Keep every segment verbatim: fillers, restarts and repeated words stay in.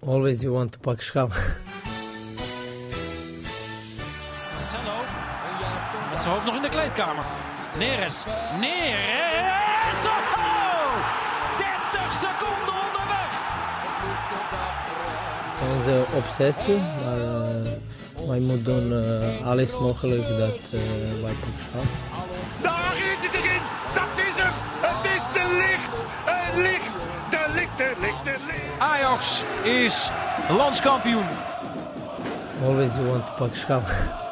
Always you want to pak schap. Marcelo, met zijn hoofd nog in de kleedkamer. Neres, Neres! Oh! dertig seconden onderweg! Het is onze obsessie, maar uh, wij moeten doen uh, alles mogelijk dat uh, wij pak schap. Daar is het erin! Dat is hem! Het is de licht! Het licht! De licht, de licht, de licht! Ajax is landskampioen. Always you want to pak schap.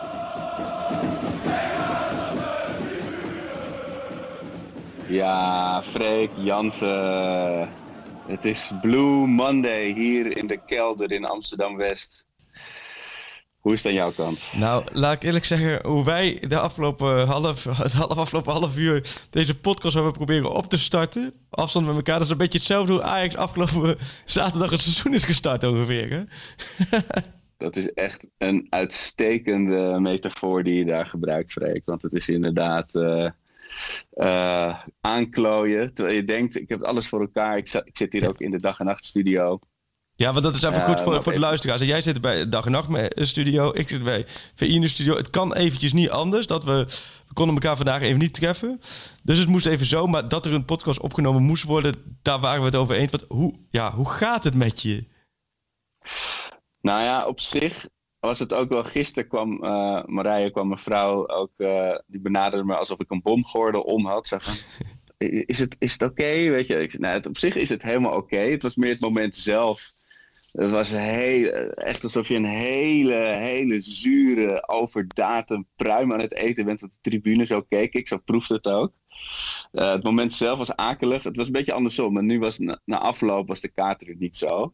Ja, Freek Jansen. Het is Blue Monday hier in de kelder in Amsterdam-West. Hoe is het aan jouw kant? Nou, laat ik eerlijk zeggen, hoe wij de afgelopen half, het half, afgelopen half uur deze podcast hebben proberen op te starten. Afstand met elkaar, dat is een beetje hetzelfde hoe Ajax afgelopen zaterdag het seizoen is gestart ongeveer. Hè? Dat is echt een uitstekende metafoor die je daar gebruikt, Freek. Want het is inderdaad uh, uh, aanklooien. Terwijl je denkt, ik heb alles voor elkaar. Ik, ik zit hier ook in de dag- en nachtstudio. Ja, want dat is even uh, goed voor, voor de even... luisteraars. Jij zit bij Dag en Nacht studio, ik zit bij V I in de studio. Het kan eventjes niet anders. Dat we, we konden elkaar vandaag even niet treffen. Dus het moest even zo. Maar dat er een podcast opgenomen moest worden, daar waren we het over eens. Want hoe, ja, hoe gaat het met je? Nou ja, op zich was het ook wel... Gisteren kwam uh, Marije, kwam mijn vrouw ook... Uh, die benaderde me alsof ik een bomgordel om had. Zeg van, is het, is het oké? Okay? Weet je, ik zei, nou, het, op zich is het helemaal oké. Okay. Het was meer het moment zelf. Het was heel, echt alsof je een hele, hele zure, overdatum pruim aan het eten bent op de tribune. Zo keek ik, zo proefde het ook. Uh, het moment zelf was akelig. Het was een beetje andersom. Maar nu was na, na afloop was de kater niet zo.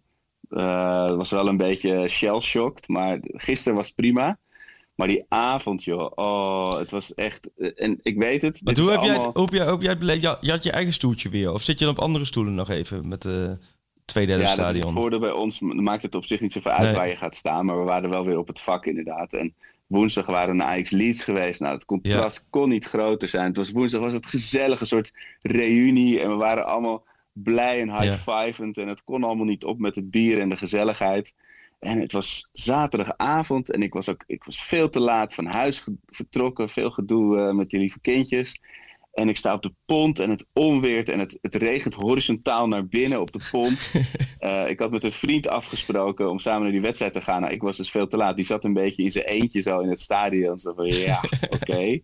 Uh, het was wel een beetje shell-shocked. Maar gisteren was het prima. Maar die avond, joh. Oh, het was echt... En ik weet het. Maar hoe heb, allemaal... jij het, hoe heb jij, hoe heb jij het beleefd? Ja, je had je eigen stoeltje weer. Of zit je dan op andere stoelen nog even met de tweederde ja, stadion? Ja, dat is het voordeel bij ons. Dan maakt het op zich niet zoveel uit nee. waar je gaat staan. Maar we waren wel weer op het vak inderdaad. En woensdag waren we naar Ajax Leeds geweest. Nou, het contrast ja. kon niet groter zijn. Het was, woensdag was het gezellig. Een soort reunie. En we waren allemaal blij en high-fivend. Ja. En het kon allemaal niet op met het bier en de gezelligheid. En het was zaterdagavond en ik was, ook, ik was veel te laat van huis ge- vertrokken. Veel gedoe uh, met die lieve kindjes. En ik sta op de pont en het onweert en het, het regent horizontaal naar binnen op de pont. uh, ik had met een vriend afgesproken om samen naar die wedstrijd te gaan. Nou, ik was dus veel te laat. Die zat een beetje in zijn eentje zo in het stadion. Zo van, ja, oké. Okay.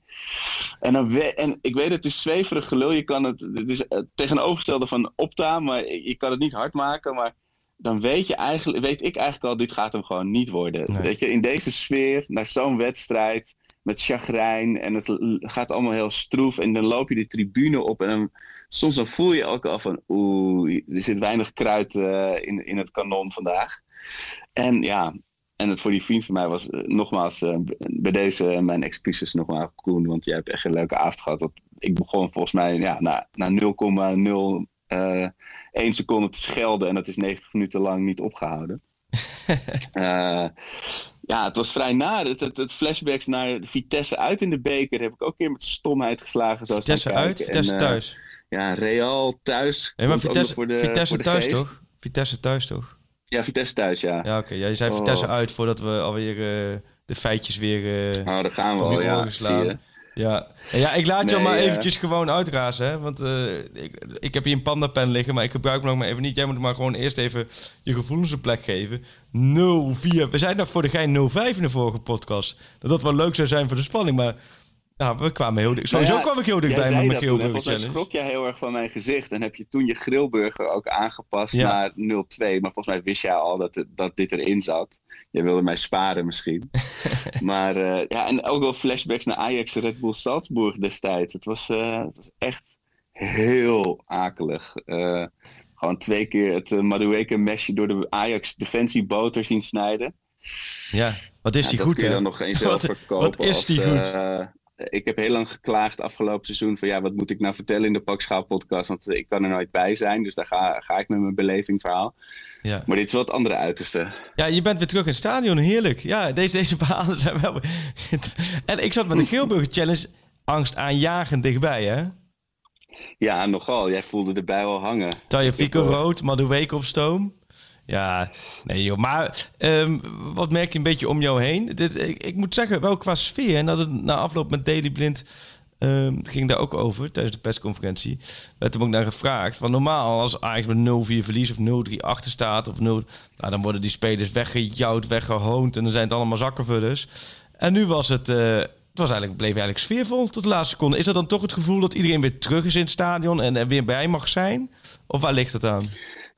En, we- en ik weet, het is zweverig gelul. Je kan het, het is het tegenovergestelde van Opta, maar je kan het niet hard maken, maar... Dan weet, je eigenlijk, weet ik eigenlijk al, dit gaat hem gewoon niet worden. Nee. Weet je, in deze sfeer, naar zo'n wedstrijd, met chagrijn en het gaat allemaal heel stroef. En dan loop je de tribune op en dan, soms dan voel je ook al van, oeh, er zit weinig kruid uh, in, in het kanon vandaag. En ja, en het voor die vriend van mij was uh, nogmaals, uh, bij deze uh, mijn excuses nogmaals, Koen, want jij hebt echt een leuke avond gehad. Op, ik begon volgens mij ja, na, na nul komma nul Uh, één seconde te schelden en dat is negentig minuten lang niet opgehouden. uh, ja, het was vrij naar. Het, het, het flashbacks naar Vitesse uit in de beker heb ik ook een keer met stomheid geslagen. Zo Vitesse uit, Vitesse en, uh, thuis. Ja, Real thuis. Nee, maar Vitesse, voor de, Vitesse voor de thuis geest. toch? Vitesse thuis toch? Ja, Vitesse thuis, ja. Ja, oké. Okay. Ja, je zei oh. Vitesse uit voordat we alweer uh, de feitjes weer uh, oh, daar gaan we al, ja, zie je. Ja. ja, ik laat nee, je maar uh... eventjes gewoon uitrazen. Hè? Want uh, ik, ik heb hier een pandapen liggen, maar ik gebruik hem nog maar even niet. Jij moet maar gewoon eerst even je gevoelens een plek geven. nul vier. We zijn nog voor de gein nul vijf in de vorige podcast. Dat dat wel leuk zou zijn voor de spanning, maar... Nou, we kwamen heel dik. Sowieso nou ja, kwam ik heel dichtbij met mijn grillburger challenge. Volgens mij schrok jij heel erg van mijn gezicht. En heb je toen je grillburger ook aangepast ja. naar nul twee. Maar volgens mij wist jij al dat, het, dat dit erin zat. Jij wilde mij sparen misschien. maar uh, ja, en ook wel flashbacks naar Ajax Red Bull Salzburg destijds. Het was, uh, het was echt heel akelig. Uh, gewoon twee keer het uh, Madueke mesje door de Ajax defensieboter zien snijden. Ja, wat is die ja, goed hè? Dat kun je dan nog eens zelf verkopen. Wat is die als, goed? Uh, Ik heb heel lang geklaagd afgelopen seizoen van ja, wat moet ik nou vertellen in de Pakschaal podcast, want ik kan er nooit bij zijn, dus daar ga, ga ik met mijn belevingverhaal. Ja. Maar dit is wel het andere uiterste. Ja, je bent weer terug in het stadion, heerlijk. Ja, deze, deze verhalen zijn wel... En ik zat met de Grillburger Challenge angstaanjagend dichtbij, hè? Ja, nogal. Jij voelde de bij al hangen. Tagliafico rood, Madueke op stoom. Ja, nee joh. Maar um, wat merk je een beetje om jou heen? Dit, ik, ik moet zeggen, wel qua sfeer. En dat het na afloop met Daley Blind um, ging daar ook over tijdens de persconferentie. Werd hem ook naar gevraagd. Want normaal als Ajax met nul vier verlies of nul drie achter staat of nul, nou, dan worden die spelers weggejouwd, weggehoond en dan zijn het allemaal zakkenvullers. En nu was het, uh, het was eigenlijk, bleef eigenlijk sfeervol tot de laatste seconde. Is dat dan toch het gevoel dat iedereen weer terug is in het stadion en er weer bij mag zijn? Of waar ligt het aan?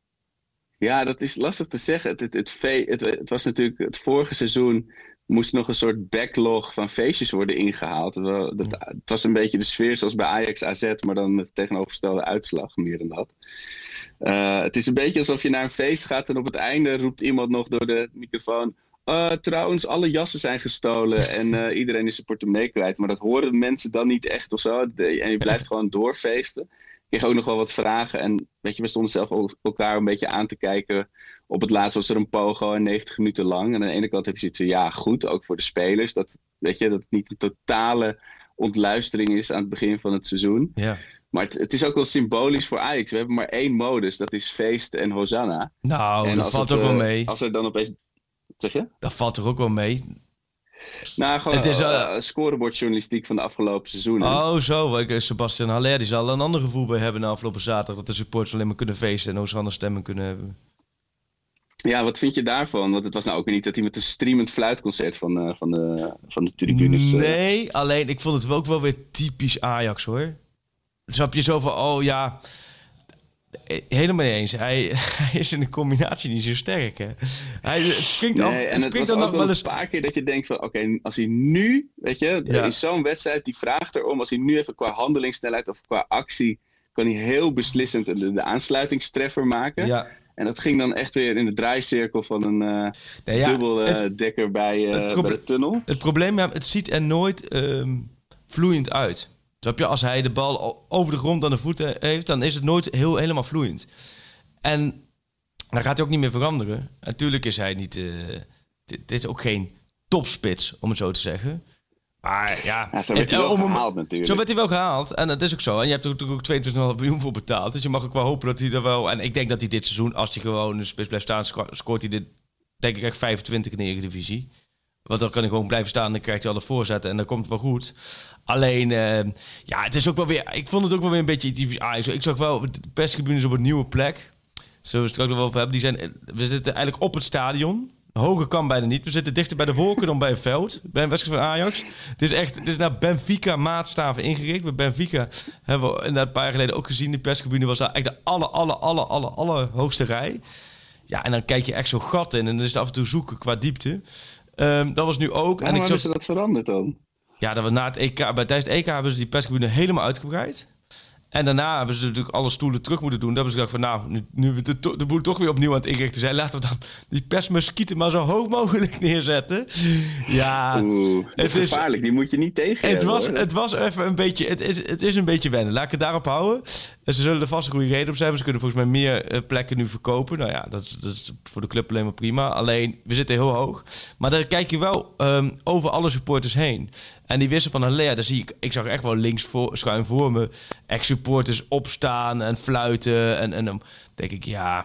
Ja, dat is lastig te zeggen. Het, het, het, fe- het, het was natuurlijk het vorige seizoen moest nog een soort backlog van feestjes worden ingehaald. Dat, dat, het was een beetje de sfeer zoals bij Ajax A Z, maar dan met de tegenovergestelde uitslag, meer dan dat. Uh, het is een beetje alsof je naar een feest gaat en op het einde roept iemand nog door de microfoon: Uh, trouwens, alle jassen zijn gestolen en uh, iedereen is zijn portemonnee kwijt. Maar dat horen mensen dan niet echt of zo. De, en je blijft gewoon doorfeesten. Ik kreeg ook nog wel wat vragen. En weet je, we stonden zelf elkaar een beetje aan te kijken. Op het laatst was er een pogo en negentig minuten lang. En aan de ene kant heb je zoiets van, ja, goed, ook voor de spelers. Dat, weet je, dat het niet een totale ontluistering is aan het begin van het seizoen. Ja. Maar het, het is ook wel symbolisch voor Ajax. We hebben maar één modus, dat is feest en Hosanna. Nou, en dat valt het, ook wel uh, mee. Als er dan opeens... Zeg je? Dat valt toch ook wel mee? Nou, gewoon het is, uh, uh, scorebordjournalistiek van de afgelopen seizoenen. Oh, zo. Sebastian Haller die zal een ander gevoel bij hebben na afgelopen zaterdag. Dat de supporters alleen maar kunnen feesten en Hosanna stemmen kunnen hebben. Ja, wat vind je daarvan? Want het was nou ook weer niet dat hij met een streamend fluitconcert van, uh, van, de, van de tribunes... Uh... Nee, alleen ik vond het ook wel weer typisch Ajax, hoor. Snap je zo van, oh ja... Helemaal niet eens. Hij, hij is in de combinatie niet zo sterk, hè. Hij springt af. Nee, en het was dan ook nog wel wel eens... een paar keer dat je denkt van... Oké, okay, als hij nu... Weet je, ja. in zo'n wedstrijd, die vraagt erom... Als hij nu even qua handelingssnelheid of qua actie... Kan hij heel beslissend de, de aansluitingstreffer maken. Ja. En dat ging dan echt weer in de draaicirkel van een uh, nee, ja, dubbel uh, het, dekker bij, uh, proble- bij de tunnel. Het probleem is, het ziet er nooit um, vloeiend uit. Snap je? Als hij de bal over de grond aan de voeten heeft, dan is het nooit heel, helemaal vloeiend. En dan gaat hij ook niet meer veranderen. Natuurlijk is hij niet... Uh, dit, dit is ook geen topspits, om het zo te zeggen. Maar ja... ja zo werd hij wel om, gehaald natuurlijk. Zo werd hij wel gehaald. En dat is ook zo. En je hebt er natuurlijk ook tweeëntwintig komma vijf miljoen voor betaald. Dus je mag ook wel hopen dat hij er wel... En ik denk dat hij dit seizoen, als hij gewoon in de spits blijft staan... scoort hij dit, denk ik, echt vijfentwintig in de Eredivisie. Want dan kan hij gewoon blijven staan en dan krijgt hij alle voorzetten. En dan komt het wel goed. Alleen, uh, ja, het is ook wel weer... Ik vond het ook wel weer een beetje typisch Ajax. Ik zag wel de perstribunes op een nieuwe plek. Zullen we het straks nog wel over hebben. Die zijn, we zitten eigenlijk op het stadion. Hoger kan bijna niet. We zitten dichter bij de wolken dan bij een veld. Bij een wedstrijd van Ajax. Het is echt... Het is naar Benfica maatstaven ingericht. Bij Benfica hebben we inderdaad een paar jaar geleden ook gezien. De perstribune was daar echt de alle, alle, alle, alle, alle hoogste rij. Ja, en dan kijk je echt zo'n gat in. En dan is het af en toe zoeken qua diepte. Um, dat was nu ook. Waarom en ik hebben zo... ze dat veranderd dan? Ja, dat we na het E K, bij, tijdens het E K hebben ze die perstribune helemaal uitgebreid. En daarna hebben ze natuurlijk alle stoelen terug moeten doen. Dan hebben ze gedacht van, nou, nu, nu we de, to- de boel toch weer opnieuw aan het inrichten zijn, laten we dan die persmuskieten maar zo hoog mogelijk neerzetten. Ja, Oeh, dat is het gevaarlijk. Is, die moet je niet tegen. Het was, hoor. het was even een beetje, het is, het is een beetje wennen. Laat ik het daarop houden. En ze zullen er vast een goede reden op zijn. Ze kunnen volgens mij meer uh, plekken nu verkopen. Nou ja, dat is, dat is voor de club alleen maar prima. Alleen, we zitten heel hoog. Maar daar kijk je wel um, over alle supporters heen. En die wissel van Haller, daar zie ik... Ik zag echt wel links voor, schuin voor me... echt supporters opstaan en fluiten. En, en dan denk ik, ja...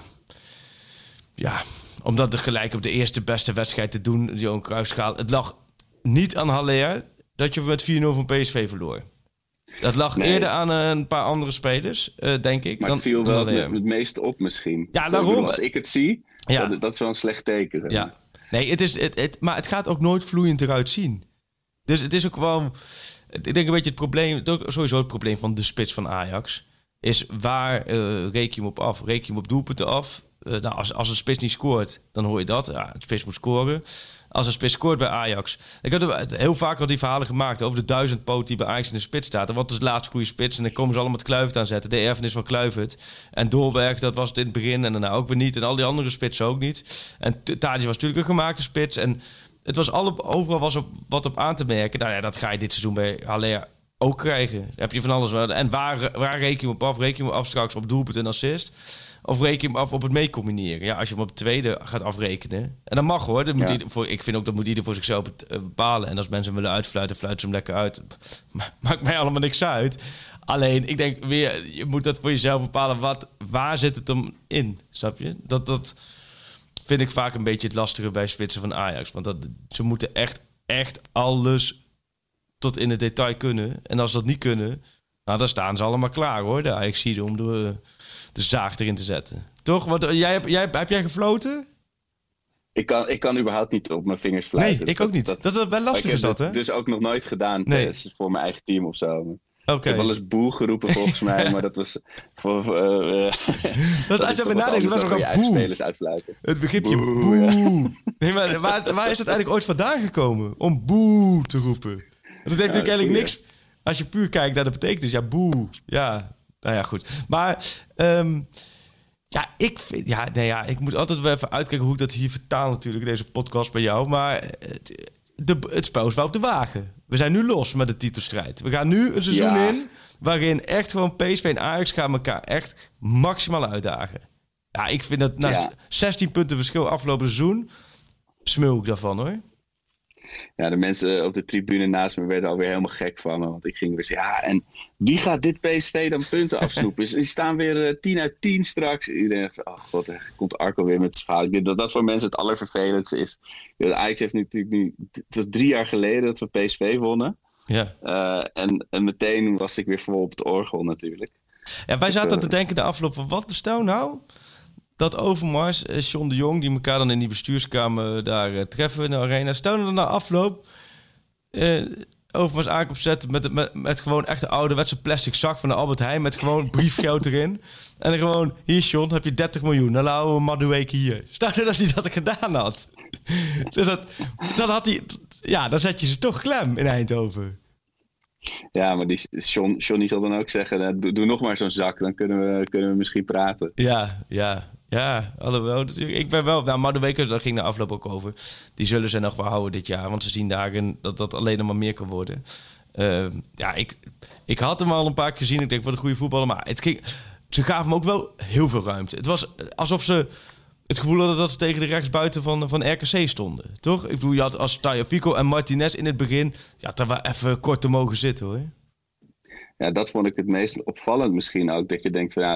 Ja, om dat gelijk op de eerste beste wedstrijd te doen... Johan Cruijffschaal. Het lag niet aan Haller dat je met vier nul van P S V verloor. Dat lag nee. eerder aan een paar andere spelers, uh, denk ik. Maar dan, het viel wel het, het meeste op misschien. Ja, daarom. Als ik het zie, ja. dat, dat is wel een slecht teken. Zeg. Ja. Nee, het is, het, het, maar het gaat ook nooit vloeiend eruit zien. Dus het is ook wel... Ik denk een beetje het probleem... Sowieso het probleem van de spits van Ajax... is waar uh, reken je hem op af? Reken je hem op doelpunten af? Uh, nou, als, als een spits niet scoort, dan hoor je dat. Ja, een spits moet scoren. Als een spits scoort bij Ajax... Ik heb heel vaak al die verhalen gemaakt... over de duizendpoot die bij Ajax in de spits staat. En wat is de laatste goede spits? En dan komen ze allemaal met Kluivert aanzetten. De erfenis van Kluivert. En Dolberg, dat was het in het begin. En daarna ook weer niet. En al die andere spitsen ook niet. En Tadic was natuurlijk een gemaakte spits. En... Het was alle, overal was op wat op aan te merken. Nou ja, dat ga je dit seizoen bij Haller ook krijgen. Daar heb je van alles. En waar, waar reken je hem op af? Reken je hem af straks op doelpunt en assist? Of reken je hem af op het meecombineren? Ja, als je hem op het tweede gaat afrekenen. En dat mag hoor. Dat moet ja. ieder, voor, ik vind ook dat moet ieder voor zichzelf bepalen. En als mensen hem willen uitfluiten, fluiten ze hem lekker uit. Maakt mij allemaal niks uit. Alleen, ik denk weer, je moet dat voor jezelf bepalen. Wat, waar zit het hem in? Snap je? Dat... dat vind ik vaak een beetje het lastige bij spitsen van Ajax. Want dat, ze moeten echt, echt alles tot in het detail kunnen. En als ze dat niet kunnen, nou, dan staan ze allemaal klaar hoor. De Ajaxiden om de, de zaag erin te zetten. Toch? Want jij, heb, jij, heb jij gefloten? Ik kan, ik kan überhaupt niet op mijn vingers fluiten. Nee, ik ook niet. Dat, dat, dat is wel lastig is dat, hè? Dus ook nog nooit gedaan nee. voor mijn eigen team of zo. Okay. Ik heb wel eens boe geroepen volgens mij, maar dat was voor... Uh, uh, dat, als je me nadenkt, dat was ook een boe. Spelers uitfluiten. Het begripje boe. boe. Ja. Nee, maar waar, waar is het eigenlijk ooit vandaan gekomen? Om boe te roepen. Dat heeft ja, natuurlijk eigenlijk niks... Als je puur kijkt naar de betekenis, ja, boe. Ja, nou ja, goed. Maar... Um, Ja, ik vind, ja, nee, ja, ik moet altijd wel even uitkijken hoe ik dat hier vertaal natuurlijk, deze podcast bij jou. Maar het, de, het spel is wel op de wagen. We zijn nu los met de titelstrijd. We gaan nu een seizoen ja. in waarin echt gewoon P S V en Ajax gaan elkaar echt maximaal uitdagen. Ja, ik vind dat na ja. zestien punten verschil afgelopen seizoen, smul ik daarvan hoor. Ja, de mensen op de tribune naast me werden alweer helemaal gek van me. Want ik ging weer zeggen, ja, en wie gaat dit P S V dan punten afsnoepen? Die staan weer uh, tien uit tien straks. Iedereen dacht, oh god, er komt Arco weer met zijn verhaal. Ik denk dat dat voor mensen het allervervelendste is. Ja, Ajax heeft natuurlijk nu... Het was drie jaar geleden dat we P S V wonnen. Ja. Uh, en, en meteen was ik weer vol op het orgel natuurlijk. Ja, wij zaten dus, uh, te denken de afloop van, wat stel nou... Dat Overmars, uh, John de Jong, die elkaar dan in die bestuurskamer daar uh, treffen in de arena. Stel dat na afloop uh, Overmars aankomt zetten met, met, met gewoon echt een ouderwetse plastic zak van de Albert Heijn met gewoon briefgeld erin. En dan gewoon, hier John, heb je dertig miljoen. Dan laten we Madueke hier. Stel dat hij dat gedaan had. Dus dat, dan had hij, ja, dan zet je ze toch klem in Eindhoven. Ja, maar die John, Johnny zal dan ook zeggen, doe, doe nog maar zo'n zak, dan kunnen we, kunnen we misschien praten. Ja, ja. Ja, alhoewel, ik ben wel... Nou, Madueke, daar ging de afloop ook over. Die zullen ze nog wel houden dit jaar. Want ze zien daarin dat dat alleen nog maar meer kan worden. Uh, ja, ik, ik had hem al een paar keer gezien. Ik denk, wat een goede voetballer. Maar het ging, ze gaven hem ook wel heel veel ruimte. Het was alsof ze het gevoel hadden dat ze tegen de rechtsbuiten van, van R K C stonden. Toch? Ik bedoel, je had als Tagliafico en Martinez in het begin... Ja, daar wel even kort te mogen zitten, hoor. Ja, dat vond ik het meest opvallend misschien ook. Dat je denkt van... Ja,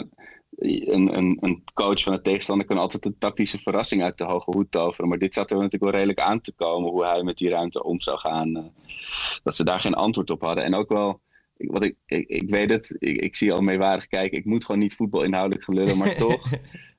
Een, een, een coach van de tegenstander kan altijd een tactische verrassing uit de hoge hoed toveren. Maar dit zat er natuurlijk wel redelijk aan te komen. Hoe hij met die ruimte om zou gaan. Uh, dat ze daar geen antwoord op hadden. En ook wel, ik, wat ik, ik, ik weet het, ik, ik zie al meewarig kijken. Ik moet gewoon niet voetbal inhoudelijk gaan lullen. Maar toch,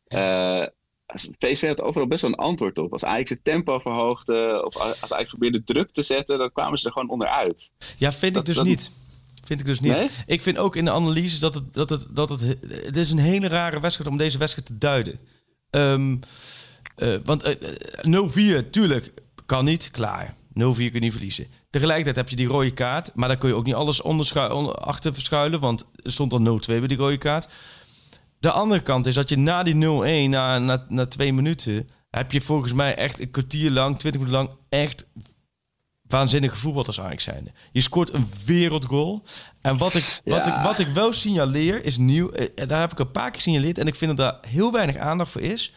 uh, P S V had overal best wel een antwoord op. Als Ajax het tempo verhoogde, of als Ajax probeerde druk te zetten, dan kwamen ze er gewoon onderuit. Ja, vind dat, ik dus dat, niet. Vind ik dus niet. Nee? Ik vind ook in de analyse dat het, dat het, dat het... Het is een hele rare wedstrijd om deze wedstrijd te duiden. Um, uh, want uh, nul vier, tuurlijk, kan niet. Klaar. nul vier kun je niet verliezen. Tegelijkertijd heb je die rode kaart. Maar daar kun je ook niet alles onderschu- onder, achter verschuilen. Want er stond al nul twee bij die rode kaart. De andere kant is dat je na die nul een, na, na, na twee minuten... heb je volgens mij echt een kwartier lang, twintig minuten lang... echt... waanzinnige voetballers Ajax zijn. Je scoort een wereldgoal. En wat ik, ja. wat ik, wat ik wel signaleer is nieuw. En daar heb ik een paar keer gesignaleerd. En ik vind dat daar heel weinig aandacht voor is.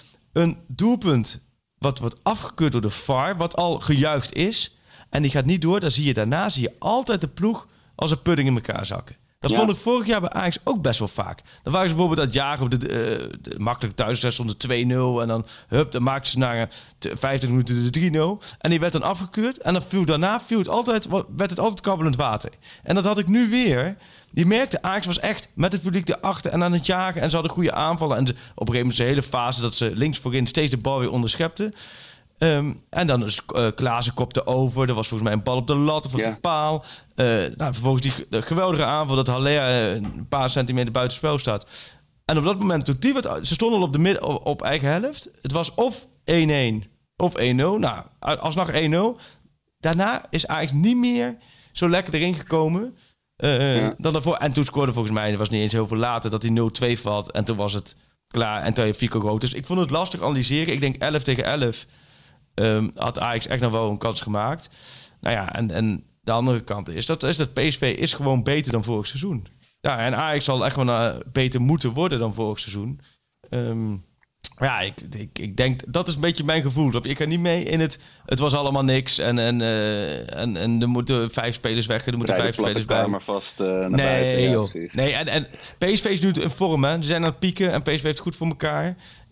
Een doelpunt wat wordt afgekeurd door de V A R. Wat al gejuicht is. En die gaat niet door. Dan zie je daarna zie je altijd de ploeg als een pudding in elkaar zakken. Dat ja. vond ik vorig jaar bij Ajax ook best wel vaak. Dan waren ze bijvoorbeeld dat jagen op de, uh, de makkelijke thuiswedstrijd stond twee nul. En dan, hup, dan maakten ze na vijftig minuten de drie nul. En die werd dan afgekeurd. En dan viel daarna viel het altijd, werd het altijd kabbelend water. En dat had ik nu weer. Je merkte, Ajax was echt met het publiek erachter en aan het jagen. En ze hadden goede aanvallen. En ze, op een gegeven moment de hele fase dat ze links voorin steeds de bal weer onderschepten. Um, en dan is uh, Klaassen kopte over. Er was volgens mij een bal op de lat of op ja. de paal. Uh, nou, vervolgens die de geweldige aanval dat Haller uh, een paar centimeter buitenspel staat. En op dat moment, toen die werd, ze stonden al op, de midden, op, op eigen helft. Het was of één een of één nul. Nou, alsnog één nul. Daarna is Ajax niet meer zo lekker erin gekomen. Uh, ja. dan daarvoor. En toen scoorde volgens mij, het was niet eens heel veel later, dat hij nul twee valt. En toen was het klaar. En toen had Fico rood. Dus ik vond het lastig analyseren. Ik denk elf tegen elf. Um, had Ajax echt nog wel een kans gemaakt. Nou ja, en, en de andere kant is dat, is dat P S V is gewoon beter dan vorig seizoen. Ja, en Ajax zal echt wel uh, beter moeten worden dan vorig seizoen. Um, ja, ik, ik, ik denk, dat is een beetje mijn gevoel. Ik ga niet mee in het, het was allemaal niks. En, en, uh, en, en er moeten vijf spelers weg. Er moeten vijf spelers bij. Maar vast uh, naar nee, buiten. Ja, joh. Nee, en, en P S V is nu in vorm, hè. Ze zijn aan het pieken en P S V heeft het goed voor elkaar.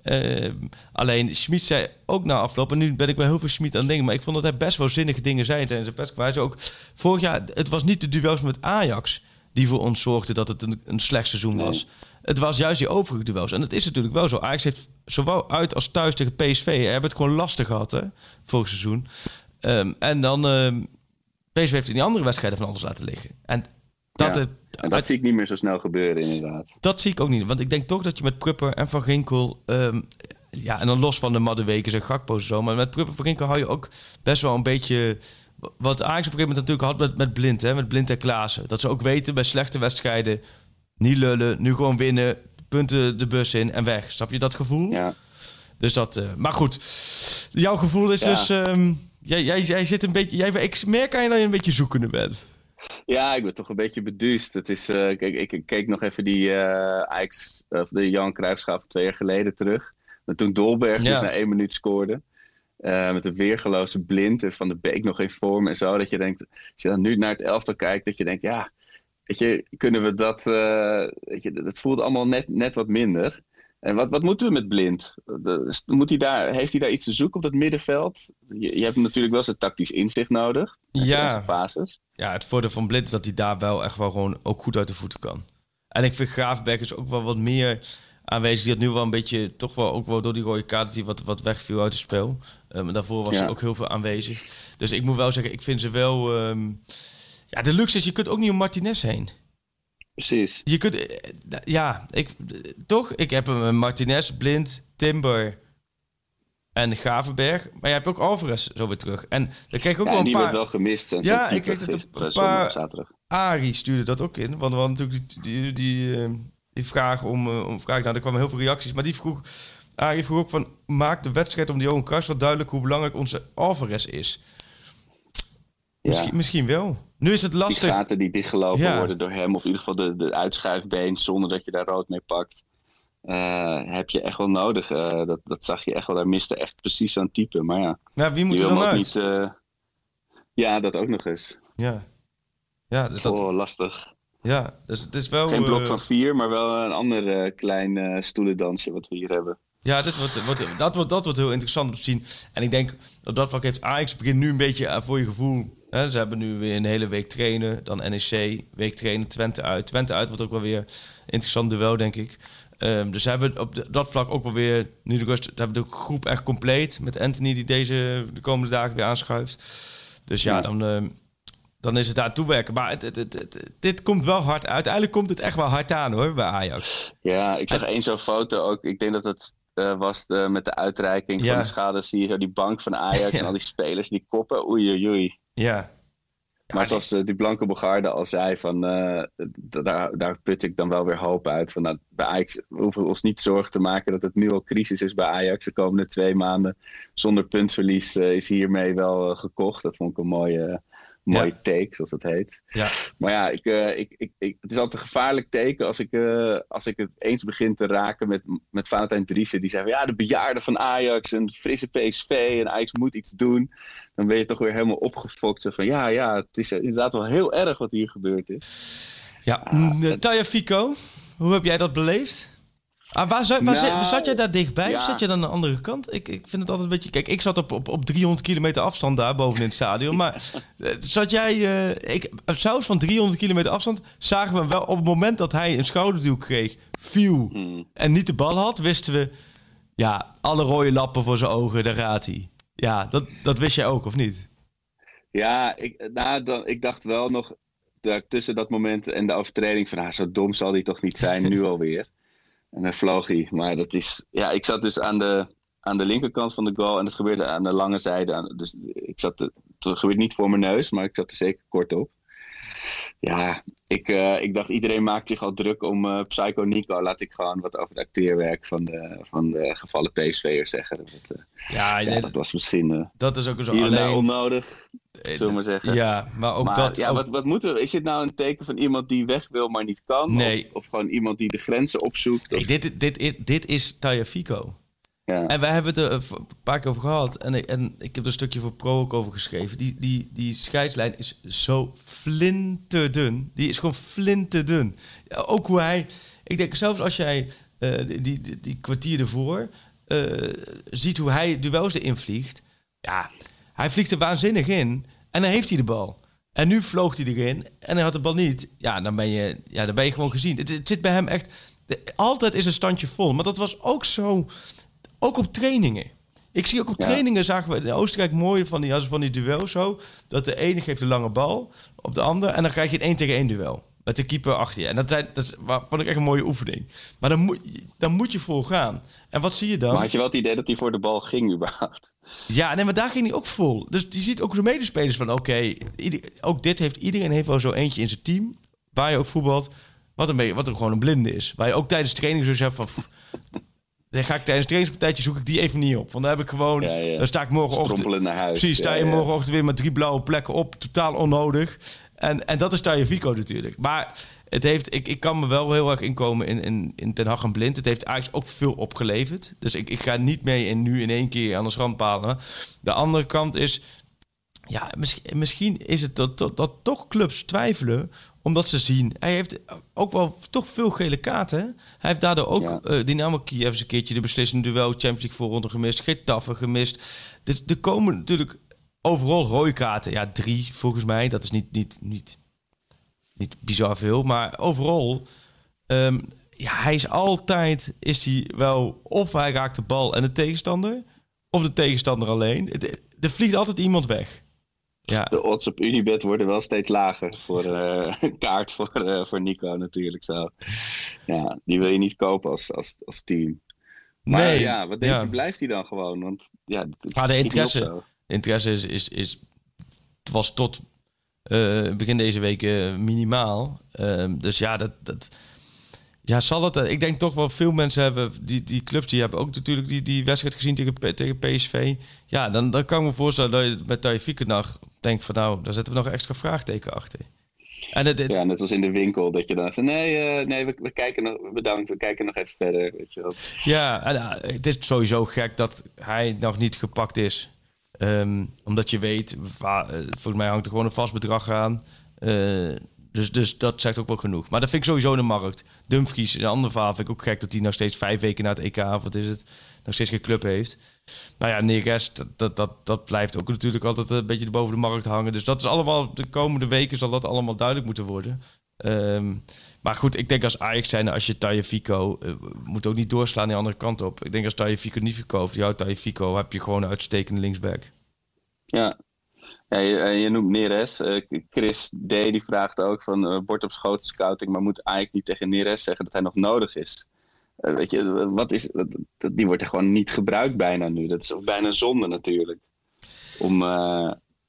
Uh, alleen Schmid zei ook na afloop, en nu ben ik wel heel veel Schmid aan het denken, maar ik vond dat hij best wel zinnige dingen zei tijdens de persconferentie. Hij zei ook, vorig jaar, het was niet de duels met Ajax die voor ons zorgden dat het een, een slecht seizoen was. Nee. Het was juist die overige duels. En dat is natuurlijk wel zo. Ajax heeft zowel uit als thuis tegen P S V, hebben het gewoon lastig gehad, hè, vorig seizoen. Um, en dan, um, P S V heeft in die andere wedstrijden van alles laten liggen. En dat, ja, het, en dat uit, zie ik niet meer zo snel gebeuren, inderdaad. Dat zie ik ook niet. Want ik denk toch dat je met Prupper en Van Ginkel... Um, ja, en dan los van de Maduekes en Gakpo's en zo. Maar met Prupper en Van Ginkel hou je ook best wel een beetje... Wat Ajax op een gegeven moment natuurlijk had met, met Blind, hè, met Blind en Klaassen. Dat ze ook weten bij slechte wedstrijden... niet lullen, nu gewoon winnen, punten de bus in en weg. Snap je dat gevoel? Ja. Dus dat... Uh, maar goed, jouw gevoel is ja. dus... Um, jij, jij, jij zit een beetje... Jij, ik merk aan je dat je een beetje zoekende bent. Ja, ik ben toch een beetje beduust. Het is, uh, kijk, ik, ik keek nog even die uh, Ajax, of de Johan Cruijffschaal van twee jaar geleden terug. En toen Dolberg ja. dus na één minuut scoorde. Uh, met een weergeloze Blind en Van de Beek nog in vorm en zo. Dat je denkt, als je dan nu naar het elftal kijkt, dat je denkt, ja, weet je, kunnen we dat... Uh, weet je, dat voelde allemaal net, net wat minder. En wat, wat moeten we met Blind? De, moet hij daar, heeft hij daar iets te zoeken op dat middenveld? Je, je hebt natuurlijk wel zijn tactisch inzicht nodig. Ja. Basis. Ja, het voordeel van Blind is dat hij daar wel echt wel gewoon ook goed uit de voeten kan. En ik vind Gravenberg is ook wel wat meer aanwezig. Die had nu wel een beetje, toch wel ook wel door die rode kaart die wat, wat wegviel uit het spel. Um, daarvoor was ja. er ook heel veel aanwezig. Dus ik moet wel zeggen, ik vind ze wel... Um, ja, de luxe is, je kunt ook niet om Martinez heen. Precies. Je kunt... Ja, ik, toch? Ik heb een Martinez, Blind, Timber en Gravenberg. Maar je hebt ook Alvarez zo weer terug. En dan kreeg ik ook ja, wel een die paar... werd wel gemist. En ja, ik kreeg het een, een paar... zaterdag. Arie stuurde dat ook in. Want we hadden natuurlijk die, die, die, uh, die vraag om... Uh, om vraag, nou, er kwamen heel veel reacties. Maar die vroeg... Arie vroeg ook van... Maak de wedstrijd om de Johan Cruijff wat duidelijk hoe belangrijk onze Alvarez is. Ja. Misschien, misschien wel. Nu is het lastig. Die gaten die dichtgelopen ja. worden door hem, of in ieder geval de, de uitschuifbeen, zonder dat je daar rood mee pakt, uh, heb je echt wel nodig. Uh, dat, dat zag je echt wel. Daar miste echt precies zo'n type. Maar ja, ja wie moet er dan uit? Niet, uh... Ja, dat ook nog eens. Ja, ja dus dat... Oh, lastig. Ja, dus het is wel... Geen blok uh... van vier, maar wel een ander uh, klein uh, stoelendansje wat we hier hebben. Ja, dit wordt, wordt, dat, wordt, dat wordt heel interessant om te zien. En ik denk, op dat vlak heeft Ajax begint nu een beetje uh, voor je gevoel. Hè, ze hebben nu weer een hele week trainen. Dan N E C, week trainen, Twente uit. Twente uit wordt ook wel weer een interessant duel, denk ik. Um, dus ze hebben op de, dat vlak ook wel weer... Nu de rust, hebben de groep echt compleet. Met Anthony die deze de komende dagen weer aanschuift. Dus ja, ja. dan... Uh, Dan is het daar toewerken. Maar het, het, het, het, dit komt wel hard. Uiteindelijk komt het echt wel hard aan, hoor, bij Ajax. Ja, ik zag en... één zo'n foto ook. Ik denk dat het uh, was de, met de uitreiking ja. van de schade. Zie je zo die bank van Ajax ja. en al die spelers die koppen. Oei, oei, oei. Ja. Maar ja, zoals uh, die Blanke Bogarde al zei, van, uh, daar, daar put ik dan wel weer hoop uit. Van, nou, bij Ajax we hoeven ons niet zorgen te maken dat het nu al crisis is bij Ajax. De komende twee maanden zonder puntverlies uh, is hiermee wel uh, gekocht. Dat vond ik een mooie... Uh, Mooie ja. take, zoals dat heet. Ja. Maar ja, ik, uh, ik, ik, ik, het is altijd een gevaarlijk teken als ik, uh, als ik het eens begin te raken met, met Valentijn Driessen. Die zei van ja, de bejaarden van Ajax en frisse P S V en Ajax moet iets doen. Dan ben je toch weer helemaal opgefokt. Zo van ja, ja, het is inderdaad wel heel erg wat hier gebeurd is. Ja, uh, Tagliafico, hoe heb jij dat beleefd? Ah, waar, zat, waar nou, zat jij daar dichtbij ja. of zat je dan aan de andere kant? Ik, ik vind het altijd een beetje... Kijk, ik zat op, op, op driehonderd kilometer afstand daar boven in het stadion. Maar zat jij... Uh, ik, zelfs van driehonderd kilometer afstand zagen we wel op het moment dat hij een schouderduw kreeg, viel mm. en niet de bal had, wisten we... Ja, alle rode lappen voor zijn ogen, daar gaat hij. Ja, dat, dat wist jij ook, of niet? Ja, ik, nou, dan, ik dacht wel nog dat tussen dat moment en de overtreding van... Ah, zo dom zal hij toch niet zijn, nu alweer. En dan vloog hij. Maar dat is... Ja, ik zat dus aan de, aan de linkerkant van de goal. En dat gebeurde aan de lange zijde. Aan, dus ik zat... Het gebeurde niet voor mijn neus. Maar ik zat er zeker kort op. Ja, ik, uh, ik dacht iedereen maakt zich al druk om uh, Psycho Nico. Laat ik gewoon wat over het acteerwerk van de, van de gevallen P S V'ers zeggen. Dat, uh, ja, ja, nee, dat was misschien... Uh, dat is ook zo hier alleen... onnodig. Zullen we maar zeggen. Ja, maar ook maar, dat... Ja, ook... wat, wat moeten we? Is dit nou een teken van iemand die weg wil, maar niet kan? Nee. Of, of gewoon iemand die de grenzen opzoekt? Nee, dit, dit, dit, dit is Tagliafico. Ja. En wij hebben het er een paar keer over gehad. En, en ik heb er een stukje voor Pro ook over geschreven. Die, die, die scheidslijn is zo flinterdun. Die is gewoon flinterdun. Ook hoe hij... Ik denk zelfs als jij uh, die, die, die kwartier ervoor... uh, ziet hoe hij duels erin vliegt... Ja, hij vliegt er waanzinnig in en dan heeft hij de bal. En nu vloog hij erin en hij had de bal niet. Ja, dan ben je, ja, dan ben je gewoon gezien. Het, het zit bij hem echt... Altijd is een standje vol. Maar dat was ook zo... Ook op trainingen. Ik zie ook op ja. trainingen, zagen we in Oostenrijk mooi van die, van die duel zo... dat de ene geeft een lange bal op de ander... en dan krijg je een één tegen één duel. Met de keeper achter je. En dat, dat is, vond ik echt een mooie oefening. Maar dan moet, dan moet je vol gaan. En wat zie je dan? Maar had je wel het idee dat hij voor de bal ging überhaupt? Ja, nee, maar daar ging hij ook vol. Dus je ziet ook zijn medespelers van... oké, okay, ook dit heeft... iedereen heeft wel zo eentje in zijn team... waar je ook voetbalt... wat, een beetje, wat er gewoon een blinde is. Waar je ook tijdens training zo zegt van... Pff, dan ga ik tijdens het trainingspartijtje zoek ik die even niet op. Want dan heb ik gewoon... Ja, ja. Dan sta ik morgenochtend... naar huis. Precies, sta je ja, ja. morgenochtend weer met drie blauwe plekken op. Totaal onnodig. En, en dat is Tagliafico natuurlijk. Maar... Het heeft, ik, ik kan me wel heel erg inkomen in, in, in Ten Hag en Blind. Het heeft eigenlijk ook veel opgeleverd. Dus ik, ik ga niet mee in nu in één keer aan de schandpalen. De andere kant is... Ja, misschien, misschien is het dat, dat, dat toch clubs twijfelen... omdat ze zien... Hij heeft ook wel toch veel gele kaarten. Hij heeft daardoor ook... Ja. Uh, Dynamo Kiev eens een keertje de beslissende duel... Champions League voorronde gemist. Getafe gemist. Dus er komen natuurlijk overal rode kaarten. Ja, drie volgens mij. Dat is niet... niet, niet Niet bizar veel, maar overal... Um, ja, hij is altijd... Is hij wel... Of hij raakt de bal en de tegenstander... Of de tegenstander alleen. Er vliegt altijd iemand weg. Ja. De odds op Unibet worden wel steeds lager... voor uh, een kaart voor, uh, voor Nico natuurlijk zo. Ja, die wil je niet kopen als, als, als team. Maar nee, ja, wat denk ja. je? Blijft hij dan gewoon? Want ja, ah, de interesse, de interesse is, is, is... Het was tot... Uh, begin deze week uh, minimaal. Uh, dus ja, dat, dat... Ja, zal het... Ik denk toch wel veel mensen hebben... Die, die clubs, die hebben ook natuurlijk die, die wedstrijd gezien tegen, tegen P S V. Ja, dan, dan kan ik me voorstellen dat je met Tagliafico nog denkt van... Nou, daar zetten we nog een extra vraagteken achter. En het, het... Ja, net als in de winkel. Dat je dan zegt, nee, uh, nee we, we kijken nog... Bedankt, we kijken nog even verder. Weet je wel. Ja, en, uh, het is sowieso gek dat hij nog niet gepakt is... Um, omdat je weet, va- uh, volgens mij hangt er gewoon een vast bedrag aan. Uh, dus, dus dat zegt ook wel genoeg. Maar dat vind ik sowieso de markt. Dumfries, een ander verhaal, vind ik ook gek dat hij nog steeds vijf weken na het E K, of wat is het, nog steeds geen club heeft. Nou ja, Neres, dat, dat, dat, dat blijft ook natuurlijk altijd een beetje boven de markt hangen. Dus dat is allemaal, de komende weken zal dat allemaal duidelijk moeten worden. Um, maar goed, ik denk als Ajax zijn, als je Tagliafico uh, moet ook niet doorslaan die andere kant op. Ik denk als Tagliafico niet verkoopt, jouw Tagliafico, heb je gewoon een uitstekende linksback. Ja, ja je, je noemt Neres. Uh, Chris D. die vraagt ook van uh, bord op schoot scouting, maar moet Ajax niet tegen Neres zeggen dat hij nog nodig is? Uh, weet je, wat is dat, die wordt er gewoon niet gebruikt bijna nu. Dat is ook bijna zonde natuurlijk. Om uh,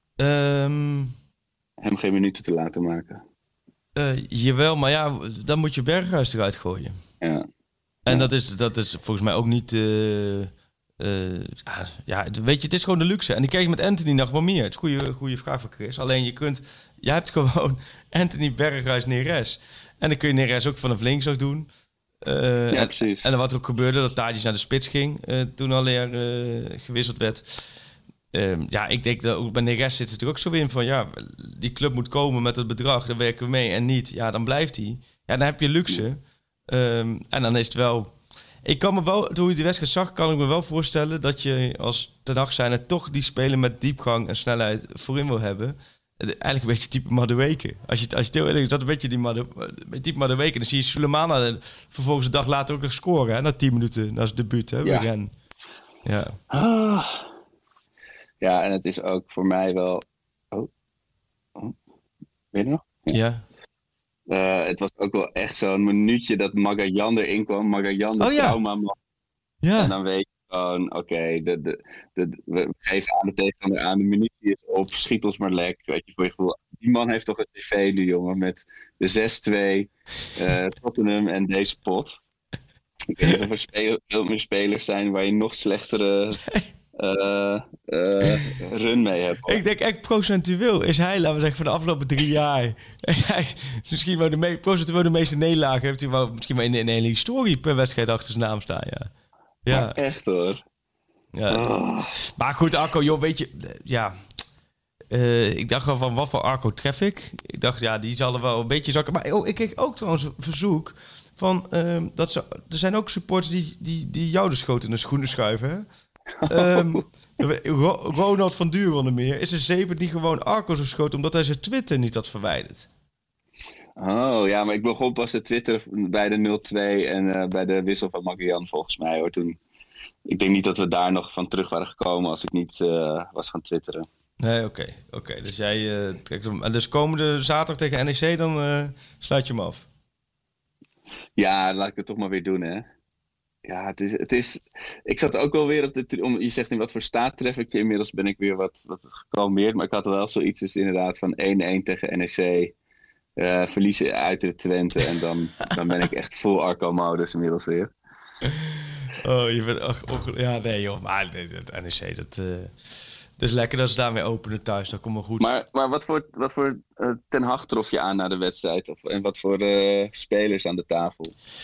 um... hem geen minuten te laten maken. Uh, jawel, maar ja, dan moet je Berghuis eruit gooien. Ja. En ja. Dat, is, dat is volgens mij ook niet... Uh, uh, ja, weet je, het is gewoon de luxe. En die krijg je met Anthony nog wel meer. Het is een goede, goede vraag van Chris. Alleen je kunt... Je hebt gewoon Anthony, Berghuis, Neres. En dan kun je Neres ook vanaf links ook doen. Uh, ja, en, precies. En wat er ook gebeurde, dat Tadic naar de spits ging. Uh, toen alweer uh, gewisseld werd... Um, ja, ik denk dat ook bij Neres zit het er ook zo in van... ja, die club moet komen met het bedrag, dan werken we mee. En niet, ja, dan blijft hij. Ja, dan heb je luxe. Um, en dan is het wel... Ik kan me wel, toen je die wedstrijd zag, kan ik me wel voorstellen... dat je als Ten Hag zijnde toch die spelen met diepgang en snelheid voorin wil hebben. Eigenlijk een beetje type Madueke. Als je, als je het heel eerlijk is, dat een beetje die Madu, type Madueke. Dan zie je Sulemana vervolgens een dag later ook nog scoren. Hè, na tien minuten, na zijn debuut. Hè, ja. Ren. Ja. Ah. Ja, en het is ook voor mij wel... Oh. oh. Weet je nog? Ja. ja. Uh, het was ook wel echt zo'n minuutje dat Magallan erin kwam. Magallan de oh, ja. trauma. Ja. En dan weet je gewoon, oké, okay, de, de, de, we geven aan de tegenstander aan, de munitie is op, schiet ons maar lek. Weet je, voor je gevoel, die man heeft toch een tv nu, jongen, met de zes twee, uh, Tottenham en deze pot. Ik weet niet of er speel, veel meer spelers zijn waar je nog slechtere... Uh, uh, run mee heb. Ik denk echt procentueel is hij, laten we zeggen, van de afgelopen drie jaar. En hij misschien wel de me- procentueel de meeste nederlagen heeft hij wel misschien wel in de, in de hele historie per wedstrijd achter zijn naam staan. Ja, ja. ja echt hoor. Ja. Oh. Maar goed, Arco, joh, weet je, ja. Uh, ik dacht wel van wat voor Arco tref ik. Ik dacht, ja, die zal er wel een beetje zakken. Maar oh, ik kreeg ook trouwens een verzoek van um, dat ze, er zijn ook supporters die, die, die jou de schoot in de schoenen schuiven. Hè? Um, Ro- Ronald van Duur onder meer. Is de Zeebert niet gewoon Arco zo schoot omdat hij zijn Twitter niet had verwijderd? Oh ja, maar ik begon pas de Twitter bij de nul twee en uh, bij de wissel van Magian volgens mij hoor. Toen, ik denk niet dat we daar nog van terug waren gekomen als ik niet uh, was gaan twitteren. Nee, oké. Okay, okay. Dus jij uh, trekt hem. En dus komende zaterdag tegen N E C, dan uh, sluit je hem af? Ja, laat ik het toch maar weer doen, hè. Ja, het is, het is... Ik zat ook wel weer op de... Om, je zegt in wat voor staat tref ik je. Inmiddels ben ik weer wat, wat gekalmeerd. Maar ik had wel zoiets dus inderdaad van één-één tegen N E C. Uh, verliezen uit de Twente. En dan, dan ben ik echt full Arco-modus inmiddels weer. Oh, je bent... Ach, och, ja, nee joh. Maar nee, het N E C, dat... Uh... Het is lekker dat ze daarmee openen thuis, dat komt wel goed. Maar, maar wat voor, wat voor uh, Ten Hag trof je aan na de wedstrijd? Of, en wat voor uh, spelers aan de tafel?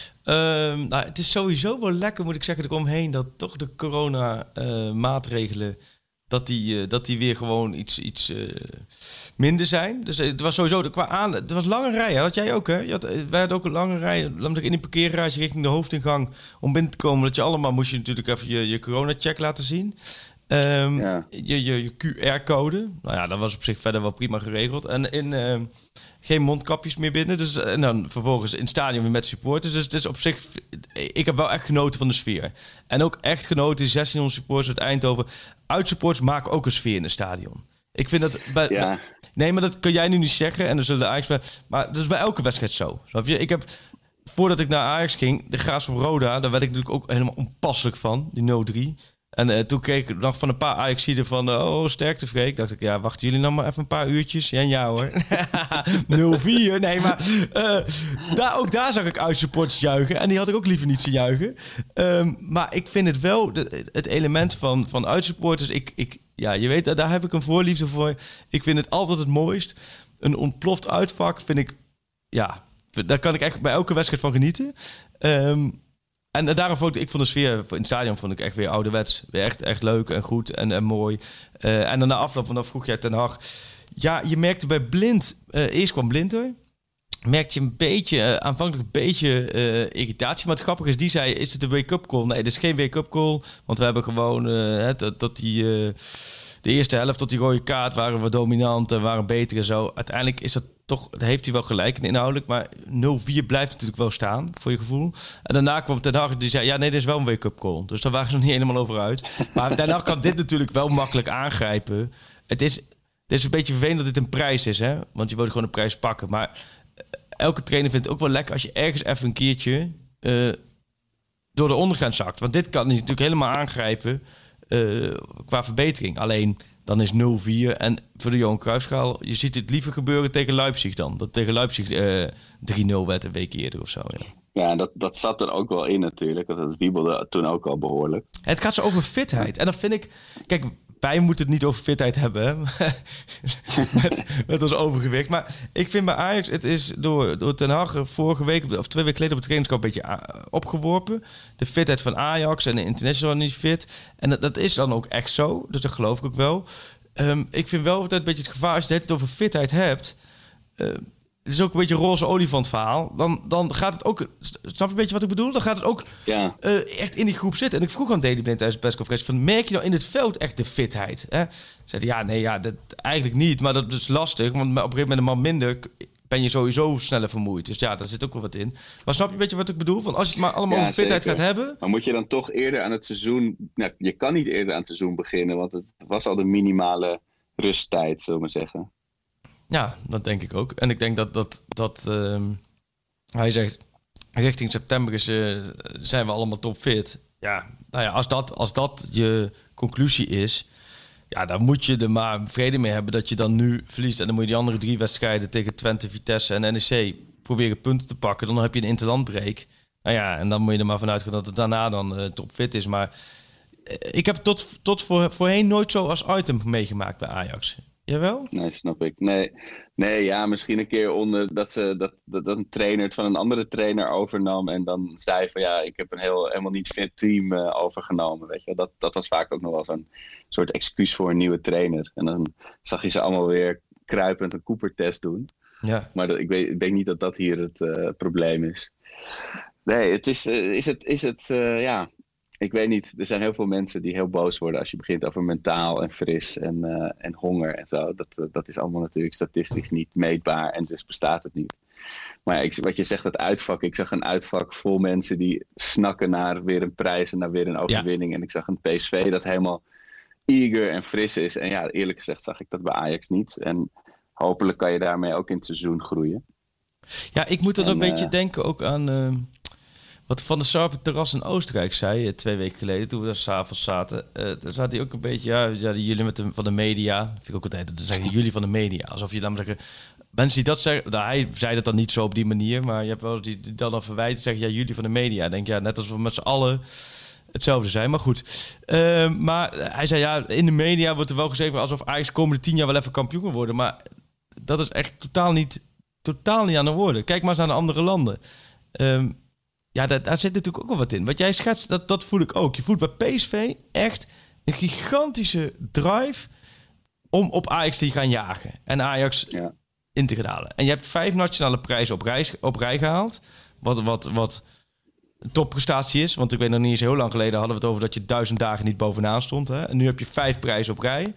Um, nou, het is sowieso wel lekker, moet ik zeggen, eromheen dat toch de corona-maatregelen... Uh, dat, die, uh, dat die weer gewoon iets, iets uh, minder zijn. Dus het was sowieso... Qua aan, het was lange rijen, had jij ook, hè? Je had, wij hadden ook een lange rij. In die parkeergarage richting de hoofdingang om binnen te komen. Dat je allemaal moest je natuurlijk even je, je corona-check laten zien... Um, ja. je, je, je Q R-code. Nou ja, dat was op zich verder wel prima geregeld. En in, uh, geen mondkapjes meer binnen. Dus, en dan vervolgens in het stadion weer met supporters. Dus het is op zich... Ik heb wel echt genoten van de sfeer. En ook echt genoten, zestienhonderd supporters uit Eindhoven. Uitsupporters maken ook een sfeer in het stadion. Ik vind dat... Bij, ja. bij, nee, maar dat kun jij nu niet zeggen. En dan zullen de Ajax... Maar dat is bij elke wedstrijd zo. Snap je? Ik heb... Voordat ik naar Ajax ging, de Graafschap Roda... Daar werd ik natuurlijk ook helemaal onpasselijk van. Die nul drie... En uh, toen keek ik nog van een paar Ajaxiden van... Uh, oh, sterkte Freek. Dacht ik, ja, wachten jullie nou maar even een paar uurtjes? Ja, ja hoor. nul vier. Nee, maar uh, daar, ook daar zag ik uitsupporters juichen. En die had ik ook liever niet zien juichen. Um, maar ik vind het wel, de, het element van, van uitsupporters... Ik, ik, ja, je weet, daar heb ik een voorliefde voor. Ik vind het altijd het mooist. Een ontploft uitvak vind ik... Ja, daar kan ik echt bij elke wedstrijd van genieten. Um, En daarom vond ik, ik vond de sfeer in het stadion vond ik echt weer ouderwets. Weer echt, echt leuk en goed en, en mooi. Uh, en dan na afloop, want dan vroeg jij Ten Hag. Ja, je merkte bij Blind, uh, eerst kwam Blind er. Merkte je een beetje, uh, aanvankelijk een beetje uh, irritatie. Maar het grappige is, die zei, is het een wake-up call? Nee, het is geen wake-up call. Want we hebben gewoon, uh, dat, dat die... Uh, de eerste helft tot die rode kaart waren we dominant en waren beter en zo. Uiteindelijk is dat toch, heeft hij wel gelijk in inhoudelijk, maar nul vier blijft natuurlijk wel staan, voor je gevoel. En daarna kwam Ten Hag die zei, ja nee, dit is wel een wake-up call. Dus daar waren ze nog niet helemaal over uit. Maar Ten Hag kan dit natuurlijk wel makkelijk aangrijpen. Het is, het is een beetje vervelend dat dit een prijs is, hè? Want je wilt gewoon een prijs pakken. Maar elke trainer vindt het ook wel lekker als je ergens even een keertje uh, door de ondergrens zakt. Want dit kan hij natuurlijk helemaal aangrijpen uh, qua verbetering. Alleen... Dan is nul vier. En voor de Johan Cruijffschaal, je ziet het liever gebeuren tegen Leipzig dan. Dat tegen Leipzig uh, drie nul werd een week eerder of zo. Ja, ja dat, dat zat er ook wel in natuurlijk. Dat wiebelde toen ook al behoorlijk. Het gaat zo over fitheid. En dat vind ik... Kijk, wij moeten het niet over fitheid hebben. Hè? met, met ons overgewicht. Maar ik vind bij Ajax, het is door, door Ten Hag vorige week, of twee weken geleden op het trainingskamp een beetje opgeworpen. De fitheid van Ajax en de international niet fit. En dat, dat is dan ook echt zo. Dus dat geloof ik ook wel. Um, ik vind wel altijd een beetje het gevaar als je het over fitheid hebt. Uh, het is ook een beetje een roze olifant verhaal. Dan, dan gaat het ook... Snap je een beetje wat ik bedoel? Dan gaat het ook ja. uh, echt in die groep zitten. En ik vroeg aan Daley Blind tijdens de persconferentie... van merk je nou in het veld echt de fitheid? Hè? Zei hij, ja, nee, ja, dat, eigenlijk niet. Maar dat is lastig. Want op een gegeven moment een man minder... ben je sowieso sneller vermoeid. Dus ja, daar zit ook wel wat in. Maar snap je een beetje wat ik bedoel? Van als je het maar allemaal ja, over fitheid zeker. gaat hebben... Maar moet je dan toch eerder aan het seizoen... Nou, je kan niet eerder aan het seizoen beginnen... want het was al de minimale rusttijd, zullen we maar zeggen. Ja, dat denk ik ook. En ik denk dat, dat, dat uh, hij zegt, richting september is, uh, zijn we allemaal topfit. Ja, nou ja, als dat, als dat je conclusie is, ja, dan moet je er maar vrede mee hebben dat je dan nu verliest. En dan moet je die andere drie wedstrijden tegen Twente, Vitesse en N E C proberen punten te pakken. Dan heb je een interlandbreak. Nou ja, en dan moet je er maar vanuit gaan dat het daarna dan uh, topfit is. Maar uh, ik heb tot, tot voor, voorheen nooit zo als item meegemaakt bij Ajax. Jawel? Nee, snap ik. Nee, nee, ja, misschien een keer onder dat, ze, dat, dat, dat een trainer het van een andere trainer overnam en dan zei van ja, ik heb een heel, helemaal niet fit team uh, overgenomen, weet je. Dat, dat was vaak ook nog wel zo'n soort excuus voor een nieuwe trainer. En dan zag je ze allemaal weer kruipend een Cooper-test doen. Ja. Maar dat, ik, weet, ik denk niet dat dat hier het uh, probleem is. Nee, het is, uh, is het, is het uh, ja, ik weet niet. Er zijn heel veel mensen die heel boos worden als je begint over mentaal en fris en, uh, en honger en zo. Dat, uh, dat is allemaal natuurlijk statistisch niet meetbaar en dus bestaat het niet. Maar ja, ik, wat je zegt, dat uitvak. Ik zag een uitvak vol mensen die snakken naar weer een prijs en naar weer een overwinning. Ja. En ik zag een P S V dat helemaal eager en fris is. En ja, eerlijk gezegd zag ik dat bij Ajax niet. En hopelijk kan je daarmee ook in het seizoen groeien. Ja, ik moet dan en, een uh, beetje uh, denken ook aan uh, wat Van der Sar op het terras in Oostenrijk zei uh, twee weken geleden, toen we daar s'avonds zaten. Uh, daar zat hij ook een beetje, ja, ja jullie met de, van de media. Vind ik ook altijd, dan zeggen jullie van de media. Alsof je dan maar zeggen, mensen die dat zeggen, nou, hij zei dat dan niet zo op die manier, maar je hebt wel die, die dan dan verwijten, zeggen, ja, jullie van de media. Ik denk, ja, net alsof we met z'n allen hetzelfde zijn, maar goed. Uh, maar hij zei, ja, in de media wordt er wel gezegd alsof Ajax de komende tien jaar wel even kampioen wil worden, maar dat is echt totaal niet, totaal niet aan de woorden. Kijk maar eens naar de andere landen. Um, ja, daar, daar zit natuurlijk ook wel wat in. Wat jij schetst, dat, dat voel ik ook. Je voelt bij P S V echt een gigantische drive om op Ajax te gaan jagen. En Ajax ja. in te gaan halen. En je hebt vijf nationale prijzen op rij, op rij gehaald. Wat, wat, wat een topprestatie is. Want ik weet nog niet eens heel lang geleden hadden we het over dat je duizend dagen niet bovenaan stond. Hè? En nu heb je vijf prijzen op rij.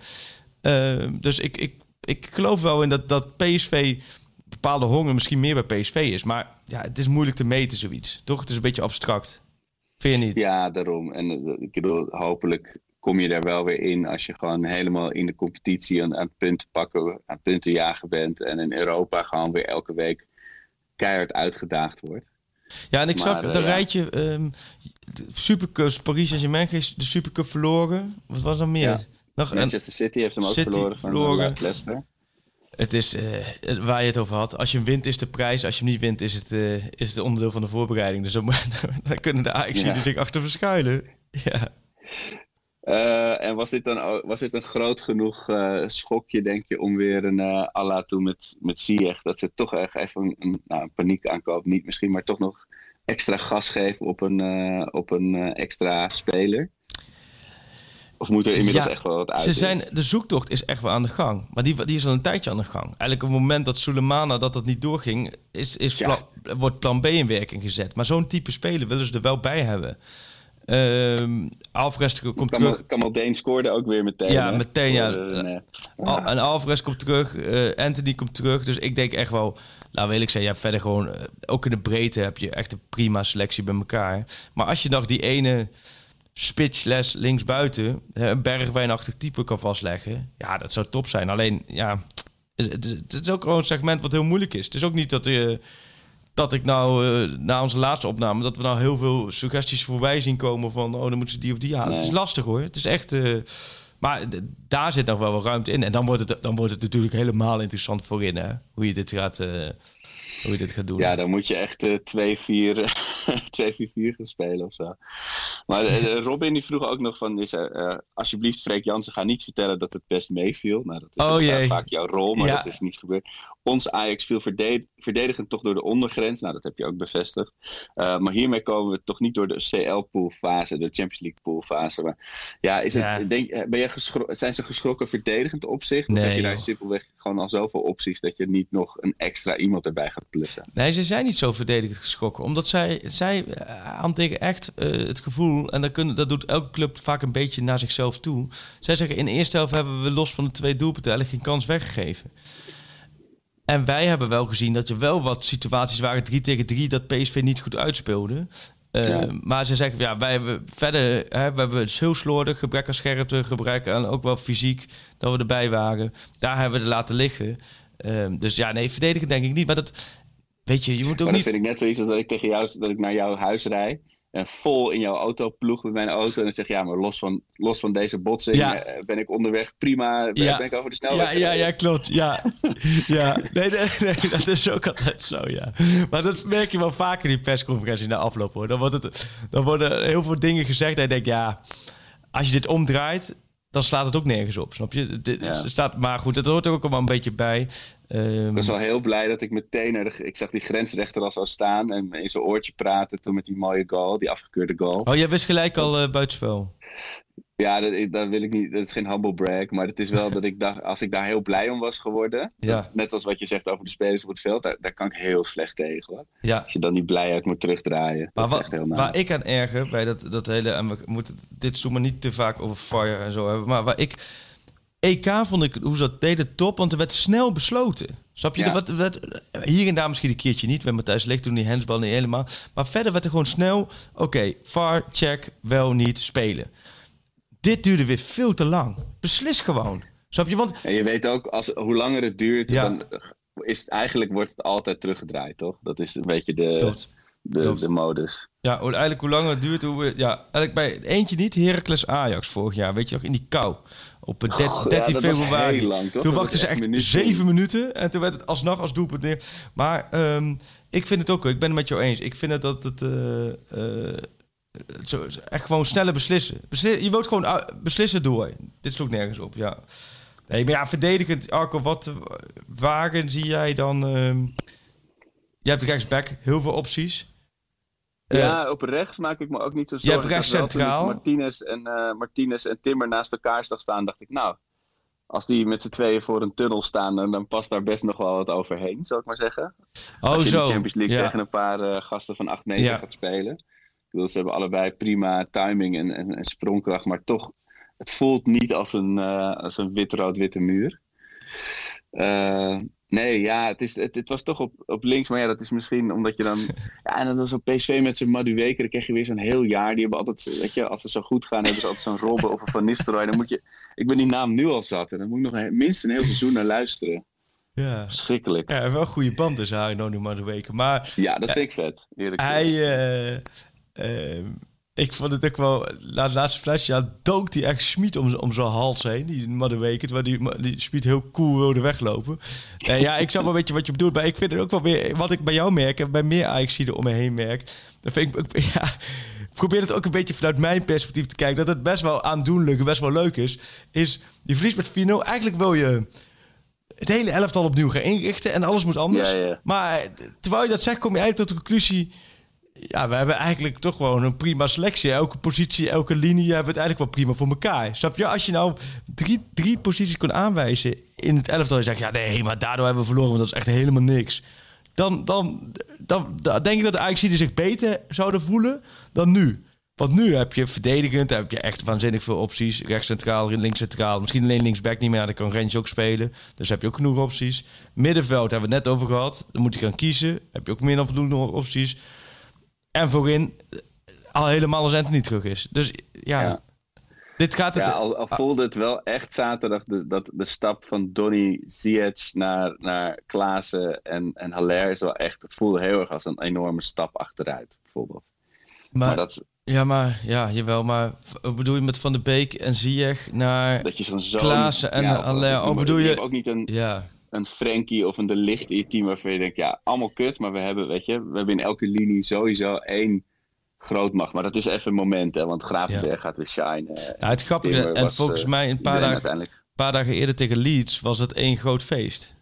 Uh, dus ik, ik, ik geloof wel in dat, dat P S V bepaalde honger misschien meer bij P S V is. Maar ja, het is moeilijk te meten zoiets. Toch? Het is een beetje abstract. Vind je niet? Ja, daarom. En uh, ik bedoel, hopelijk kom je daar wel weer in als je gewoon helemaal in de competitie aan, aan punten pakken, aan punten jagen bent. En in Europa gewoon weer elke week keihard uitgedaagd wordt. Ja, en ik maar, zag uh, dat ja. rijtje um, Supercups, Paris Saint-Germain de Supercup verloren. Wat was er meer? Ja. Nog, Manchester City heeft hem ook City verloren van verloren. Leicester. Het is uh, waar je het over had. Als je hem wint is de prijs. Als je hem niet wint is het, uh, is het onderdeel van de voorbereiding. Dus dan, dan kunnen de Ajaxiden ja. zich achter verschuilen. Ja. Uh, en was dit dan was dit een groot genoeg uh, schokje, denk je, om weer een uh, à la toen met, met Ziyech, dat ze toch echt even een, een, nou, een paniekaankoop, niet misschien, maar toch nog extra gas geven op een, uh, op een uh, extra speler? Of moet er inmiddels ja, echt wel wat uit? Ze zijn, de zoektocht is echt wel aan de gang. Maar die, die is al een tijdje aan de gang. Eigenlijk op het moment dat Souleymane dat dat niet doorging, is, is ja. plan, wordt plan B in werking gezet. Maar zo'n type speler willen ze er wel bij hebben. Um, Alvarez komt Kamal, terug. Kamaldeen scoorde ook weer meteen. Ja, hè? meteen ja. Een, uh, Al, en Alvarez komt terug. Uh, Anthony komt terug. Dus ik denk echt wel, nou wil ik zeggen, je hebt verder gewoon, uh, ook in de breedte heb je echt een prima selectie bij elkaar. Maar als je nog die ene spits linksbuiten, een Bergwijnachtig type kan vastleggen, ja, dat zou top zijn. Alleen, ja, het is, het is ook gewoon een segment wat heel moeilijk is. Het is ook niet dat je dat ik nou, uh, na onze laatste opname, dat we nou heel veel suggesties voorbij zien komen van, oh, dan moeten ze die of die halen. Nee. Het is lastig hoor. Het is echt, uh, maar d- daar zit nog wel wat ruimte in. En dan wordt het, dan wordt het natuurlijk helemaal interessant voorin, hè? Hoe je dit gaat, uh, hoe je dit gaat doen. Ja, dan moet je echt uh, twee vier vier gaan spelen of zo. Maar uh, Robin die vroeg ook nog van, is, uh, alsjeblieft Freek Jansen, ga niet vertellen dat het best meeviel. Nou, dat is oh, jee. vaak jouw rol, maar ja. dat is niet gebeurd. Ons Ajax viel verded- verdedigend toch door de ondergrens. Nou, dat heb je ook bevestigd. Uh, maar hiermee komen we toch niet door de C L-poolfase, de Champions League poolfase. Maar ja, is het, ja. Denk, ben je geschro- zijn ze geschrokken verdedigend opzicht? Nee, of heb je daar joh. simpelweg gewoon al zoveel opties dat je niet nog een extra iemand erbij gaat plussen? Nee, ze zijn niet zo verdedigend geschrokken. Omdat zij, zij hanteren echt uh, het gevoel, en dat, kunnen, dat doet elke club vaak een beetje naar zichzelf toe. Zij zeggen, in de eerste helft hebben we los van de twee doelpunten eigenlijk geen kans weggegeven. En wij hebben wel gezien dat er wel wat situaties waren, drie tegen drie, dat P S V niet goed uitspeelde. Uh, ja. Maar ze zeggen, ja, wij hebben verder, hè, we hebben het heel slordig, gebrek aan scherpte, gebrek aan ook wel fysiek, dat we erbij waren. Daar hebben we er laten liggen. Uh, dus ja, nee, verdedigen denk ik niet. Maar dat, weet je, je moet ook maar niet... dat vind ik net zoiets als dat ik tegen jou, dat ik naar jouw huis rijd en vol in jouw auto ploeg met mijn auto en dan zeg je, ja, maar los van, los van deze botsing ja. ben ik onderweg prima, ben, ja. ben ik over de snelweg. Ja, ja, ja, klopt. Ja, ja. Nee, nee, nee, dat is ook altijd zo, ja. Maar dat merk je wel vaker in die persconferentie na afloop, hoor. Dan, wordt het, dan worden heel veel dingen gezegd en je denkt, ja, als je dit omdraait, dan slaat het ook nergens op, snap je? Het, ja. het staat, maar goed, het hoort er ook allemaal een beetje bij. Um... Ik was wel heel blij dat ik meteen naar de, ik zag die grensrechter al zo staan en in zijn oortje praten toen met die mooie goal, die afgekeurde goal. Oh, jij wist gelijk al uh, buitenspel? Ja, dat, dat wil ik niet. Dat is geen humble brag. Maar het is wel dat ik dacht, als ik daar heel blij om was geworden. Ja. Dat, net zoals wat je zegt over de spelers op het veld. Daar, daar kan ik heel slecht tegen, hoor. Ja. Als je dan die blijheid moet terugdraaien. Maar dat wa- is echt heel naar. waar ik aan erger bij dat, dat hele... En we moeten dit seizoen maar niet te vaak over fire en zo hebben. Maar waar ik... E K vond ik, hoe ze dat deden, top. Want er werd snel besloten. Snap je? Ja. Er werd, werd, hier en daar misschien een keertje niet. Met Matthijs Ligt toen die handsbal niet helemaal. Maar verder werd er gewoon snel... Oké, okay, V A R, check, wel niet, spelen. Dit duurde weer veel te lang. Beslis gewoon. Snap je? Want... En je weet ook, als, hoe langer het duurt, Ja. dan is het, eigenlijk wordt het altijd teruggedraaid, toch? Dat is een beetje de, Klopt. de, Klopt. de modus. Ja, hoe- eigenlijk hoe langer het duurt, hoe... we- Ja, eigenlijk bij eentje niet. Heracles Ajax vorig jaar. Weet je nog, in die kou. Op het Goh, ja, dertien dat was februari. heel lang, toch? Toen Dat wachten was ze echt echt minuten. zeven minuten. En toen werd het alsnog als doelpunt neer. Maar um, ik vind het ook... Ik ben het met jou eens. Ik vind het dat het... Uh, uh, zo, echt gewoon sneller beslissen. Beslis, je wilt gewoon uh, beslissen door. Dit sloeg nergens op, ja. Nee, maar ja, verdedigend, Arco, wat wagen zie jij dan? Um, je hebt rechtsback, heel veel opties. Ja, Uh, op rechts maak ik me ook niet zo je zorgen. hebt rechts Ik had wel toen ik centraal. Martinez en, uh, Martinez en Timmer naast elkaar zag staan, dacht ik, nou, als die met z'n tweeën voor een tunnel staan, dan, dan past daar best nog wel wat overheen, zal ik maar zeggen. Oh, als je zo. in de Champions League Ja. tegen een paar uh, gasten van acht meter Ja. gaat spelen. Ik bedoel, ze hebben allebei prima timing en, en, en sprongkracht, maar toch, het voelt niet als een, uh, als een wit-rood-witte muur. Uh, nee, ja, het, is, het, het was toch op, op links, maar ja, dat is misschien omdat je dan... Ja, en dan was op P S V met zijn Madueke, dan krijg je weer zo'n heel jaar. Die hebben altijd, weet je, als ze zo goed gaan, hebben ze altijd zo'n Robben of een Van Nistelrooy. Dan moet je, ik ben die naam nu al zat en dan moet ik nog een, minstens een heel seizoen naar luisteren. Ja. Verschrikkelijk. Ja, wel een goede band tussen haar en Nonu Madueke. Maar Ja, dat vind ik vet, eerlijk hij... gezegd. Uh, uh, ik vond het ook wel... Na het laatste flesje, ja, dook hij echt Schmid om, om zijn hals heen. Die Madueke, terwijl die, die Schmid heel cool wilde weglopen. Uh, ja, ik snap wel een beetje wat je bedoelt. Maar ik vind het ook wel weer... Wat ik bij jou merk en bij meer Ajaxiden om me heen merk... Dan vind ik... Ja, ik probeer het ook een beetje vanuit mijn perspectief te kijken. Dat het best wel aandoenlijk en best wel leuk is. Is, je verliest met vier nul. Eigenlijk wil je... het hele elftal opnieuw gaan inrichten en alles moet anders. Ja, ja. Maar terwijl je dat zegt, kom je eigenlijk tot de conclusie... Ja, we hebben eigenlijk toch gewoon een prima selectie. Elke positie, elke linie hebben we het eigenlijk wel prima voor elkaar. Snap je? Als je nou drie, drie posities kon aanwijzen in het elftal... en je zegt, ja nee, maar daardoor hebben we verloren... want dat is echt helemaal niks. Dan, dan, dan, dan denk ik dat de Ajaxiden zich beter zouden voelen dan nu. Want nu heb je verdedigend, heb je echt waanzinnig veel opties. Rechts centraal, links centraal. Misschien alleen linksback niet meer, dan kan Rens ook spelen. Dus heb je ook genoeg opties. Middenveld hebben we het net over gehad. Dan moet je gaan kiezen. Heb je ook meer dan voldoende opties. En voorin, al helemaal als Anthony terug is. Dus ja, Ja. dit gaat... Het, Ja, al, al voelde het wel echt zaterdag de, dat de stap van Donny, Ziyech naar, naar Klaassen en, en Haller is wel echt... Het voelde heel erg als een enorme stap achteruit, bijvoorbeeld. maar, Maar dat, ja, maar ja, jawel. Maar wat bedoel je met Van de Beek en Ziyech naar dat je zo'n zo'n... Klaassen en ja, Haller? of- Oh, bedoel je je... hebt ook niet een, Ja, een Frenkie of een De Ligt in je team waarvan je denkt... Ja, allemaal kut, maar we hebben, weet je... We hebben in elke linie sowieso één grootmacht. Maar dat is even een moment, hè. Want Gravenberg gaat weer shine. nou, het grappige... Timmer En was, volgens uh, mij een paar iedereen dagen, uiteindelijk. paar dagen eerder tegen Leeds was het één groot feest.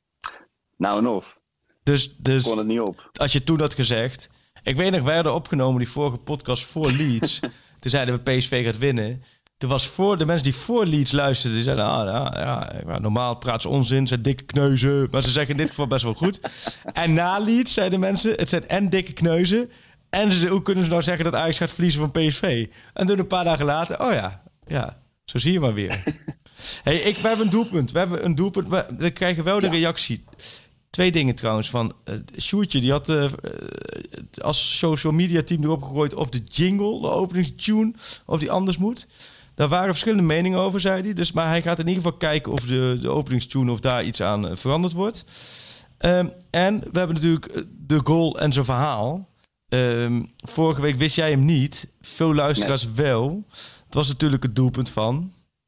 Nou en of. Dus, dus Kon het niet op. als je toen had gezegd... Ik weet nog, wij hadden opgenomen die vorige podcast voor Leeds. Toen zeiden we P S V gaat winnen. Toen was voor de mensen die voor Leeds luisterden... die zeiden, ah, ja, ja, ja, normaal praat ze onzin, zijn dikke kneuzen. Maar ze zeggen in dit geval best wel goed. En na Leeds zeiden mensen, het zijn en dikke kneuzen... en ze, hoe kunnen ze nou zeggen dat Ajax gaat verliezen van P S V? En toen een paar dagen later, oh ja, ja, zo zie je maar weer. Hey, ik, we hebben een doelpunt. We hebben een doelpunt. We, we krijgen wel de Ja. reactie. Twee dingen trouwens. Van uh, Sjoerdje, die had uh, als social media team erop gegooid... of de jingle, de openingstune, of die anders moet. Daar waren verschillende meningen over, zei hij. Dus, maar hij gaat in ieder geval kijken of de, de openingstune... of daar iets aan uh, veranderd wordt. Um, en we hebben natuurlijk de goal en zijn verhaal. Um, vorige week wist jij hem niet. Veel luisteraars nee. wel. Het was natuurlijk het doelpunt van...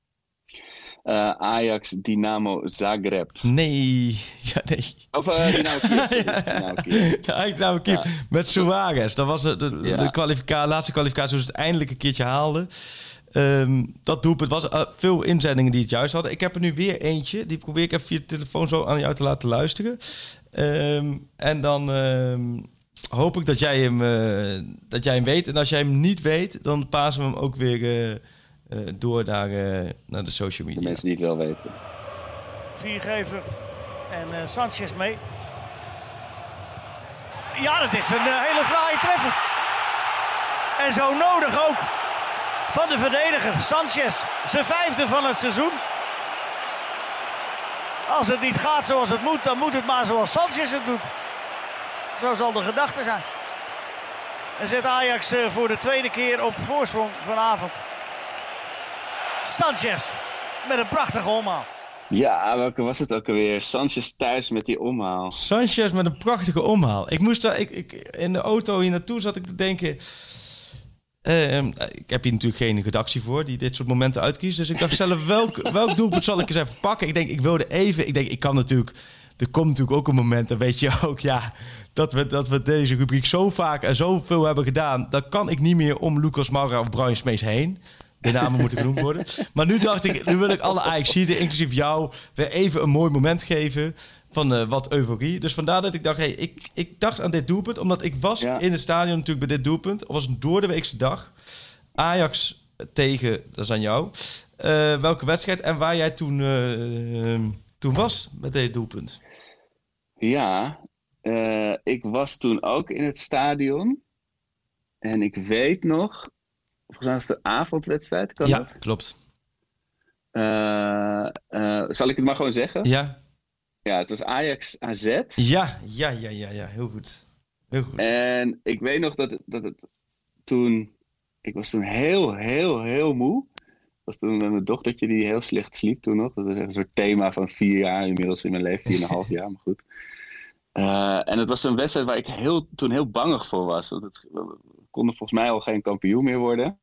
Uh, Ajax Dynamo Zagreb. Nee, ja nee. Of uh, Dynamo Kiev. ja, Dynamo Kiev. Ja, Dynamo Kiev. Ja. Met Suarez. Dat was de, de, ja. de kwalificatie, laatste kwalificatie, toen ze het eindelijk een keertje haalden. Um, dat doelpunt was uh, veel inzendingen die het juist hadden. Ik heb er nu weer eentje. Die probeer ik even via de telefoon zo aan jou te laten luisteren. Um, en dan um, hoop ik dat jij, hem, uh, dat jij hem weet. En als jij hem niet weet, dan pasen we hem ook weer... Uh, uh, door naar, uh, naar de social media. De mensen die het wel weten. Viergever en uh, Sanchez mee. Ja, dat is een uh, hele fraaie treffer. En zo nodig ook van de verdediger Sanchez. Zijn vijfde van het seizoen. Als het niet gaat zoals het moet, dan moet het maar zoals Sanchez het doet. Zo zal de gedachte zijn. En zet Ajax uh, voor de tweede keer op voorsprong vanavond. Sanchez met een prachtige omhaal. Ja, welke was het ook alweer? Sanchez thuis met die omhaal. Sanchez met een prachtige omhaal. Ik moest daar, ik, ik, in de auto hier naartoe zat ik te denken... Uh, ik heb hier natuurlijk geen redactie voor die dit soort momenten uitkiest. Dus ik dacht zelf, welk, welk doelpunt zal ik eens even pakken? Ik denk, ik wilde even... Ik denk, ik kan natuurlijk... Er komt natuurlijk ook een moment, dan weet je ook, ja... Dat we, dat we deze rubriek zo vaak en zoveel hebben gedaan... dan kan ik niet meer om Lucas Moura of Brian Smees heen. De namen moeten genoemd worden. Maar nu dacht ik, nu wil ik alle Ajaxiden, inclusief jou... weer even een mooi moment geven van uh, wat euforie. Dus vandaar dat ik dacht, hey, ik, ik dacht aan dit doelpunt... omdat ik was ja. in het stadion natuurlijk bij dit doelpunt. Het was een doordeweekse dag. Ajax tegen, dat is aan jou. Uh, welke wedstrijd en waar jij toen, uh, uh, toen was met dit doelpunt? Ja... Uh, ik was toen ook in het stadion. En ik weet nog... Volgens mij was het de avondwedstrijd. Kan ja, dat? klopt. Uh, uh, zal ik het maar gewoon zeggen? Ja. Ja, het was Ajax A Z. Ja, ja, ja, ja, ja. Heel goed. Heel goed. En ik weet nog dat het, dat het toen... Ik was toen heel, heel, heel moe. Ik was toen met mijn dochtertje die heel slecht sliep toen nog. Dat is echt een soort thema van vier jaar inmiddels in mijn leven. Vier en een half jaar, maar goed. Uh, en het was een wedstrijd waar ik heel, toen heel bangig voor was. Want het, we konden volgens mij al geen kampioen meer worden.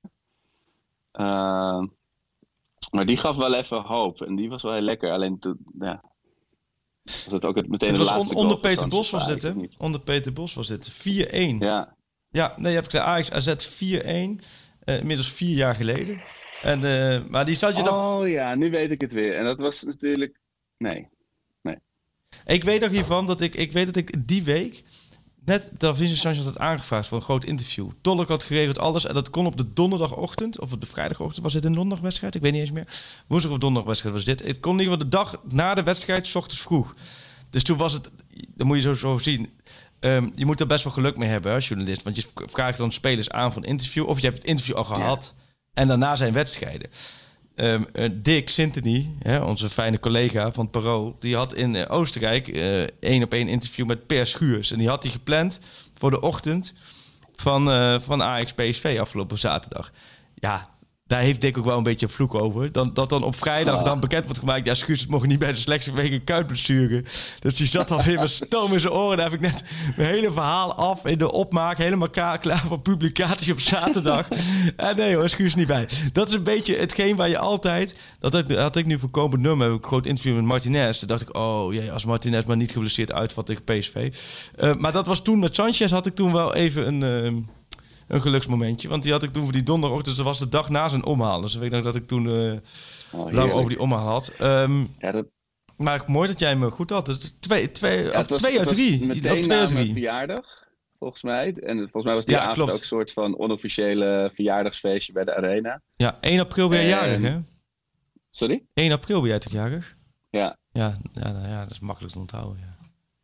Uh, maar die gaf wel even hoop. En die was wel heel lekker. Alleen toen, ja, was het ook het, meteen het de was laatste on, onder goal Peter Bos was dit, hè? Niet. Onder Peter Bos was dit. vier-een. Ja. Ja, nee, je hebt gezegd Ajax A Z vier-een. Uh, inmiddels vier jaar geleden. En, uh, maar die zat je dan... Oh ja, nu weet ik het weer. En dat was natuurlijk... Nee. Ik weet nog hiervan dat ik, ik weet dat ik die week net Davinci Sanchez had aangevraagd voor een groot interview. Tolk had geregeld alles en dat kon op de donderdagochtend of op de vrijdagochtend. Was dit een donderdagwedstrijd? Ik weet niet eens meer. Woensdag of donderdagwedstrijd was dit. Het kon in ieder geval de dag na de wedstrijd, 's ochtends vroeg. Dus toen was het, dan moet je zo, zo zien. Um, je moet er best wel geluk mee hebben als journalist. Want je vraagt dan spelers aan voor een interview. Of je hebt het interview al gehad. Ja. En daarna zijn wedstrijden. Um, uh, Dick Sintony, hè, onze fijne collega van het Parool, die had in uh, Oostenrijk uh, één op één interview met Per Schuurs. En die had hij gepland voor de ochtend van, uh, van Ajax P S V afgelopen zaterdag. Ja, daar heeft Dick ook wel een beetje een vloek over. Dan, dat dan op vrijdag oh. dan bekend wordt gemaakt... ja, Schuurs, het mogen niet bij de selectie vanwege een kuitblessure. Dus die zat alweer met stoom in zijn oren. Daar heb ik net mijn hele verhaal af in de opmaak. Helemaal klaar voor publicatie op zaterdag. En nee hoor, Schuurs niet bij. Dat is een beetje hetgeen waar je altijd... Dat had ik nu voor komend nummer. Heb ik een groot interview met Martinez. Toen dacht ik, oh jee, als Martinez maar niet geblesseerd uitvalt tegen P S V. Uh, maar dat was toen met Sanchez had ik toen wel even een... Uh, Een geluksmomentje, want die had ik toen voor die donderdagochtend. Dus dat was de dag na zijn omhaal. Dus ik weet nog dat ik toen uh, oh, lang over die omhaal had. Um, ja, dat... Maar mooi dat jij me goed had. Dus twee, twee, ja, was, twee uit drie. Meteen twee uit drie. Mijn verjaardag, volgens mij. En volgens mij was die ja, avond klopt. ook een soort van onofficiële verjaardagsfeestje bij de Arena. Ja, één april ben jij en... jarig, hè? Sorry? één april ben jij toch jarig? Ja. Ja, ja, nou ja, dat is makkelijk te onthouden, ja.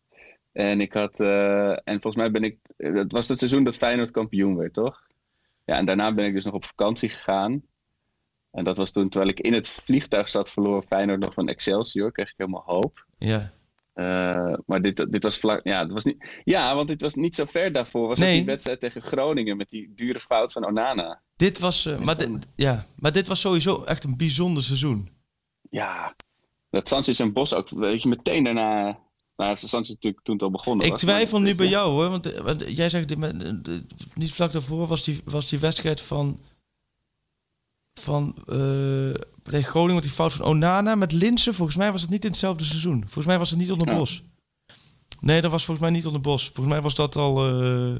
En ik had, uh, en volgens mij ben ik, het was het seizoen dat Feyenoord kampioen werd, toch? Ja, en daarna ben ik dus nog op vakantie gegaan. En dat was toen, terwijl ik in het vliegtuig zat, verloor Feyenoord nog van Excelsior. Kreeg ik helemaal hoop. Ja. Uh, maar dit, dit was vlak, ja, het was niet, ja, want dit was niet zo ver daarvoor. Was nee. het die wedstrijd tegen Groningen met die dure fout van Onana. Dit was, uh, maar, dit, ja, maar dit was sowieso echt een bijzonder seizoen. Ja, dat Sanchez en Bos ook, weet je, meteen daarna... Nou, Sanchez natuurlijk toen het al begonnen ik was. Ik twijfel nu bij jou, hoor. Want, want jij zegt, niet vlak daarvoor was die, was die wedstrijd van... van uh, tegen Groningen, die fout van Onana met Linssen. Volgens mij was het niet in hetzelfde seizoen. Volgens mij was het niet onder ja. Bos. Nee, dat was volgens mij niet onder Bos. Volgens mij was dat al... Uh,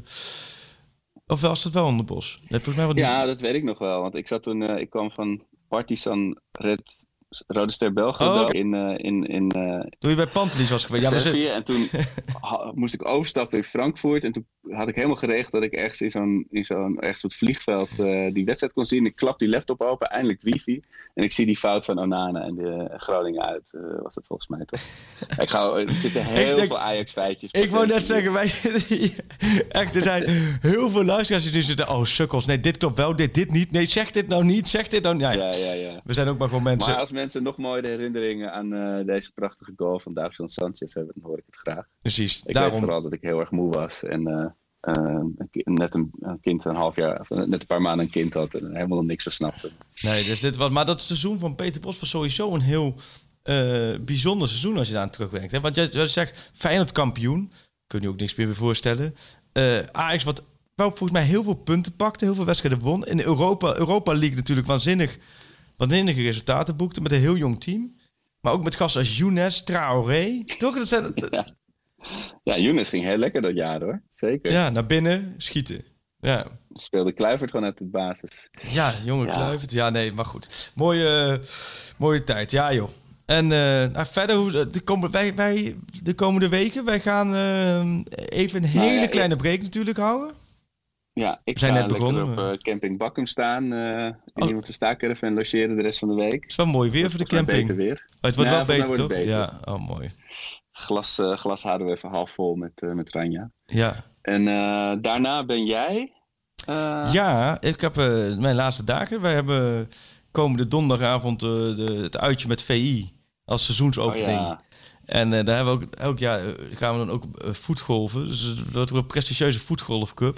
of was het wel onder Bos? Nee, volgens mij was ja, niet... dat weet ik nog wel. Want ik zat toen... Uh, ik kwam van Partizan Red Rode Ster Belgrado Oh, okay. in... Uh, in, in uh, Toen je bij Pantelis was geweest. Ja, maar Servië. ze... En toen ha, moest ik overstappen in Frankfurt. En toen had ik helemaal geregeld dat ik ergens in zo'n, in zo'n ergens op het vliegveld uh, die wedstrijd kon zien. Ik klap die laptop open, eindelijk wifi. En ik zie die fout van Onana en de Groningen uit. Uh, was dat volgens mij toch? ik ga, er zitten heel denk, veel Ajax-feitjes. Ik wou net zeggen, wij, echt, er zijn heel veel luisteraars die zitten. Oh, sukkels. Nee, dit klopt wel, dit, dit niet. Nee, zeg dit nou niet, zeg dit nou niet. Ja, ja, ja, ja. We zijn ook maar gewoon mensen. Maar als mensen nog mooie herinneringen aan uh, deze prachtige goal van Davinson Sanchez hebben, dan hoor ik het graag. Precies. Ik daarom... weet vooral dat ik heel erg moe was en uh, uh, net een, een kind een half jaar, of net een paar maanden een kind had en helemaal niks van snapte. Nee, dus dit was, maar dat seizoen van Peter Bos was sowieso een heel uh, bijzonder seizoen als je daar aan terugdenkt. Hè? Want jij, jij zegt Feyenoord kampioen, kun je ook niks meer bij voorstellen. Uh, Ajax wat wel volgens mij heel veel punten pakte, heel veel wedstrijden won. In de Europa, Europa League natuurlijk waanzinnig, waanzinnige resultaten boekte met een heel jong team. Maar ook met gasten als Younes, Traoré. Toch? Dat zijn... ja. ja, Younes ging heel lekker dat jaar hoor. Zeker. Ja, naar binnen, schieten. Ja. Speelde Kluivert gewoon uit de basis. Ja, jonge ja. Kluivert. Ja, nee, maar goed. Mooie, uh, mooie tijd. Ja, joh. En uh, nou, verder, hoe, de, kom, wij, wij, de komende weken, wij gaan uh, even een hele nou, ja, kleine break ik... natuurlijk houden. Ja, ik We zijn ga net begonnen. op uh, camping Bakkum staan. Uh, in oh. iemand te staakerven en logeren de rest van de week. Het is wel mooi weer voor de camping. Beter weer. Oh, het wordt ja, wel beter, wordt toch? Beter. Ja, oh mooi. Glas, uh, glas houden we even half vol met, uh, met Ranja. Ja. En uh, daarna ben jij... Uh... Ja, ik heb uh, mijn laatste dagen. Wij hebben komende donderdagavond uh, de, het uitje met V I als seizoensopening. Oh, ja. En uh, daar hebben we ook elk jaar uh, gaan we dan ook uh, voetgolven. Dus uh, dat wordt een prestigieuze voetgolfcup.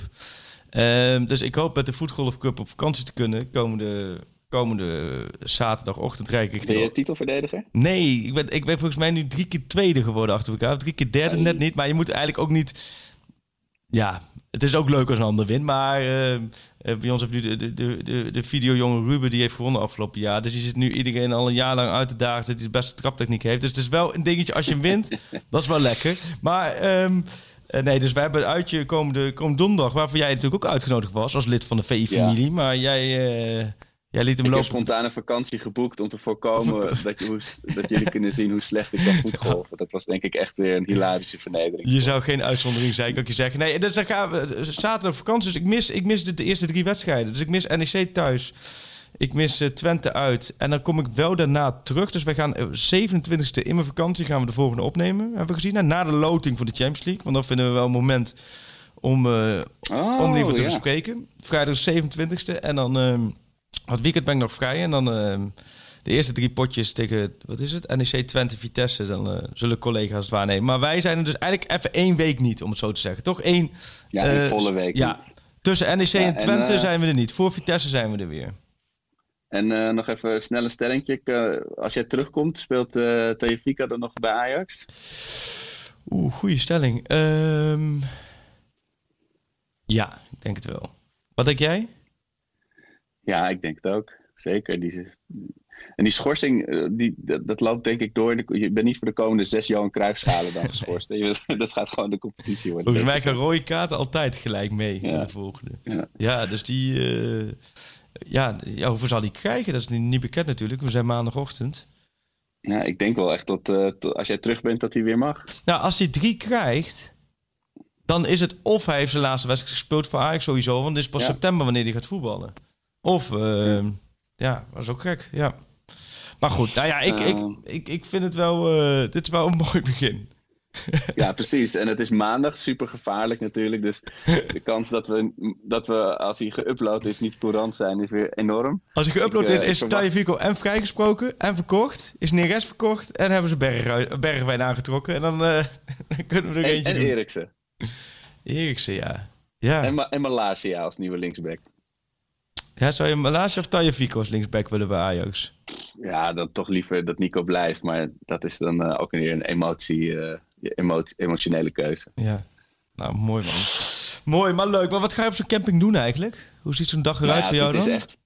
Uh, dus ik hoop met de voetgolfcup op vakantie te kunnen. Komende, komende zaterdagochtend rijd ik. Ben je titelverdediger? Nee, ik ben, ik ben volgens mij nu drie keer tweede geworden achter elkaar. Drie keer derde hey. net niet. Maar je moet eigenlijk ook niet... Ja, het is ook leuk als een ander wint. Maar uh, uh, bij ons heeft nu de, de, de, de, de videojongen Ruben, die heeft gewonnen afgelopen jaar. Dus die zit nu iedereen al een jaar lang uit te dagen dat hij de beste traptechniek heeft. Dus het is wel een dingetje als je hem wint. Dat is wel lekker. Maar um, uh, nee, dus wij hebben het uitje komende, komende donderdag, waarvoor jij natuurlijk ook uitgenodigd was als lid van de V I-familie. Ja. Maar jij... Uh, Jij liet hem ik lopen. heb spontane vakantie geboekt om te voorkomen dat, je, hoe, dat jullie kunnen zien hoe slecht ik kan voetgolven. Dat was denk ik echt weer een hilarische vernedering. Je zou geen uitzondering zijn, kan ik je zeggen. Nee, dus dan gaan we zaterdag vakantie. Dus ik mis, ik mis de, de eerste drie wedstrijden. Dus ik mis N E C thuis. Ik mis uh, Twente uit. En dan kom ik wel daarna terug. Dus wij gaan uh, zevenentwintigste in mijn vakantie gaan we de volgende opnemen. Hebben we gezien. En na de loting voor de Champions League. Want dan vinden we wel een moment om, uh, oh, om liever te ja. bespreken. Vrijdag zevenentwintigste. En dan... Uh, Het weekend ben ik nog vrij en dan uh, de eerste drie potjes tegen, wat is het, N E C, Twente, Vitesse, dan uh, zullen collega's het waarnemen. Maar wij zijn er dus eigenlijk even één week niet, om het zo te zeggen. Toch één... Ja, een uh, volle week Ja, niet. Tussen N E C ja, en Twente en, uh, zijn we er niet. Voor Vitesse zijn we er weer. En uh, nog even een snelle stellingje. Uh, als jij terugkomt, speelt uh, Tagliafico dan nog bij Ajax? Oeh, goede stelling. Um, ja, ik denk het wel. Wat denk jij? Ja, ik denk het ook. Zeker. Die, en die schorsing, die, dat, dat loopt denk ik door. Je bent niet voor de komende zes Johan Cruijffschalen dan geschorst. Nee. Dat gaat gewoon de competitie worden. Volgens mij gaan rode kaarten altijd gelijk mee ja. in de volgende. Ja, ja dus die... Uh, ja, ja, hoeveel zal die krijgen? Dat is niet, niet bekend natuurlijk. We zijn maandagochtend. Ja, ik denk wel echt dat uh, tot, als jij terug bent dat hij weer mag. Nou, als hij drie krijgt... dan is het of hij heeft zijn laatste wedstrijd gespeeld voor Ajax sowieso. Want het is pas ja. september wanneer hij gaat voetballen. Of, uh, ja. ja, dat is ook gek, ja. Maar goed, nou ja, ik, uh, ik, ik, ik vind het wel, uh, dit is wel een mooi begin. Ja, precies. En het is maandag, super gevaarlijk natuurlijk. Dus de kans dat we, dat we als hij geüpload is, niet courant zijn, is weer enorm. Als hij geüpload is, uh, is Tagliafico en vrijgesproken en verkocht. Is Neres verkocht en hebben ze Berg, Bergwijn aangetrokken. En dan, uh, dan kunnen we er en, eentje en doen. Eriksen. Eriksen, ja. ja. En, Ma- en Malasia als nieuwe linksback. Ja, zou je Malasia of Tagliafico als linksback willen bij Ajax? Ja, dan toch liever dat Nico blijft. Maar dat is dan uh, ook weer een emotie, uh, emo- emotionele keuze. Ja, nou mooi man. Mooi, maar leuk. Maar wat ga je op zo'n camping doen eigenlijk? Hoe ziet zo'n dag eruit nou ja, voor jou dan? Is echt,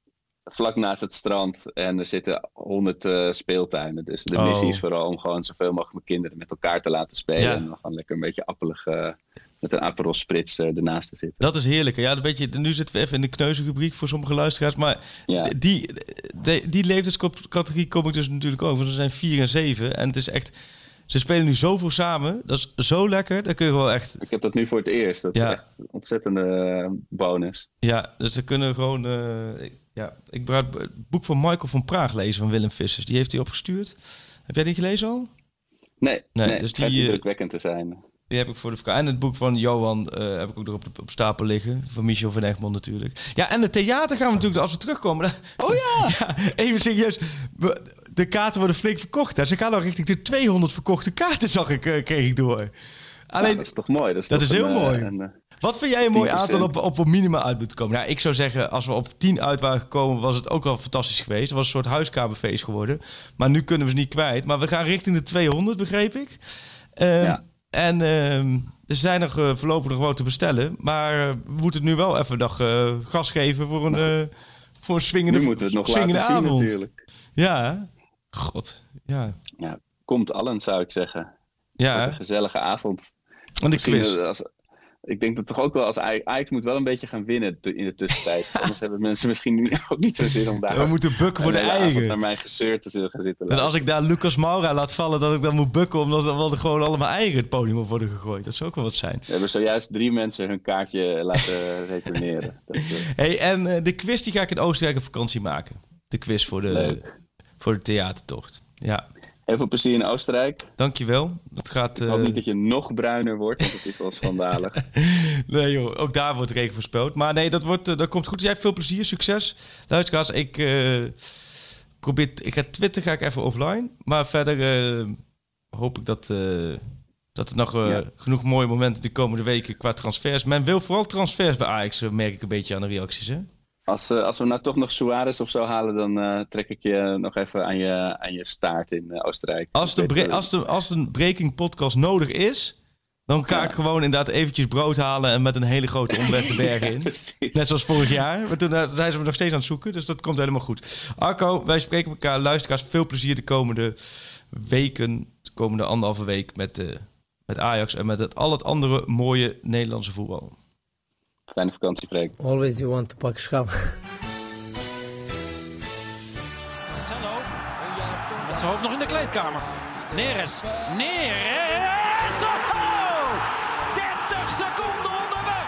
vlak naast het strand en er zitten honderd uh, speeltuinen. Dus de Oh. missie is vooral om gewoon zoveel mogelijk kinderen met elkaar te laten spelen. Ja. En dan gewoon lekker een beetje appelig uh, met een Aperol Spritz uh, ernaast te zitten. Dat Dat is heerlijk. Ja, een beetje, nu zitten we even in de kneuzenrubriek voor sommige luisteraars. Maar Ja. die, die, die leeftijdscategorie kom ik dus natuurlijk ook. Want er zijn vier en zeven. En het is echt... Ze spelen nu zoveel samen. Dat is zo lekker. Dat kun je wel echt... Ik heb dat nu voor het eerst. Dat Ja. is echt een ontzettende uh, bonus. Ja, dus ze kunnen gewoon... Uh, ik- ja, ik ga het boek van Michael van Praag lezen van Willem Vissers. Die heeft hij opgestuurd. Heb jij die gelezen al? Nee, Nee, nee dus het schijnt die, niet uh, drukwekkend te zijn. Die heb ik voor de vakantie. En het boek van Johan uh, heb ik ook nog op, op stapel liggen. Van Michel van Egmond natuurlijk. Ja, en het theater gaan we natuurlijk, als we terugkomen... Oh ja! Ja, even serieus. We- De kaarten worden flink verkocht. Hè. Ze gaan al richting de tweehonderd verkochte kaarten, zag ik, uh, kreeg ik door. Alleen, Nou, dat is toch mooi? Dat is, dat toch is heel een, uh, mooi. een, uh, wat vind jij een mooi tien aantal procent. op, op een minima uit moeten komen? Nou, ik zou zeggen, als we op tien uit waren gekomen, was het ook wel fantastisch geweest. Het was een soort huiskamerfeest geworden. Maar nu kunnen we ze niet kwijt. Maar we gaan richting de tweehonderd, begreep ik. Um, Ja. En um, er zijn nog uh, voorlopig nog wat te bestellen. Maar uh, we moeten nu wel even nog uh, gas geven voor een, uh, voor een swingende, Nu moeten we het nog swingende laten zien avond. natuurlijk. Ja, hè? God. Ja, Ja, komt allen, zou ik zeggen. Wat ja een hè? gezellige avond. En de Misschien, quiz. uh, als, ik denk dat toch ook wel als Aj- Ajax moet wel een beetje gaan winnen te- in de tussentijd. Anders hebben mensen misschien nu ook niet zo zin om daar We moeten bukken voor de hele avond eigen. naar mijn gezeur te zullen gaan zitten. Dat als ik daar Lucas Moura laat vallen, dat ik dan moet bukken, omdat er wel gewoon allemaal eigen het podium op worden gegooid. Dat zou ook wel wat zijn. We hebben zojuist drie mensen hun kaartje laten retourneren. Dat, uh, Hey, en uh, de quiz die ga ik in Oostenrijk op vakantie maken. De quiz voor de, leuk. voor de theatertocht. Ja, Heel veel plezier in Oostenrijk. dankjewel. Dat gaat... Ik hoop Uh... niet dat je nog bruiner wordt, want het is wel schandalig. Nee joh, ook daar wordt regen voorspeld. Maar nee, dat, wordt, uh, dat komt goed. Jij hebt veel plezier, succes. Luisteraars, ik uh, probeer... Ik ga Twitter ga ik even offline. Maar verder uh, hoop ik dat... Uh, dat er nog uh, Ja. genoeg mooie momenten de komende weken qua transfers. Men wil vooral transfers bij Ajax, uh, merk ik een beetje aan de reacties, hè? Als, uh, als we nou toch nog Suarez of zo halen, dan uh, trek ik je nog even aan je, aan je staart in uh, Oostenrijk. Als de, Ik weet, bre- uh, als, de, als een breaking podcast nodig is, dan ga Ja. ik gewoon inderdaad eventjes brood halen en met een hele grote omweg de bergen in. Precies. Net zoals vorig jaar. Maar toen uh, zijn ze nog steeds aan het zoeken, dus dat komt helemaal goed. Arco, wij spreken elkaar. Luisteraars, veel plezier de komende weken, de komende anderhalve week met, uh, met Ajax en met het, al het andere mooie Nederlandse voetbal. Fijne vakantie, Freek. Always you want to pak schap. Marcelo. Met zijn hoofd nog in de kleedkamer. Neres. Neres. Oh! dertig seconden onderweg.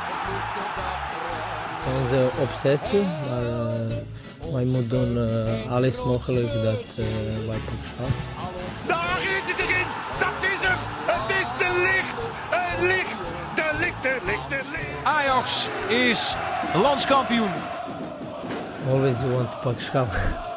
Het is onze obsessie, maar uh, wij moeten doen uh, alles mogelijk dat uh, wij pak schap. Daar is het erin. Dat is hem. Het is de licht. Het licht. De licht, de licht, de licht. Ajax is landskampioen. Always you want to pak schap.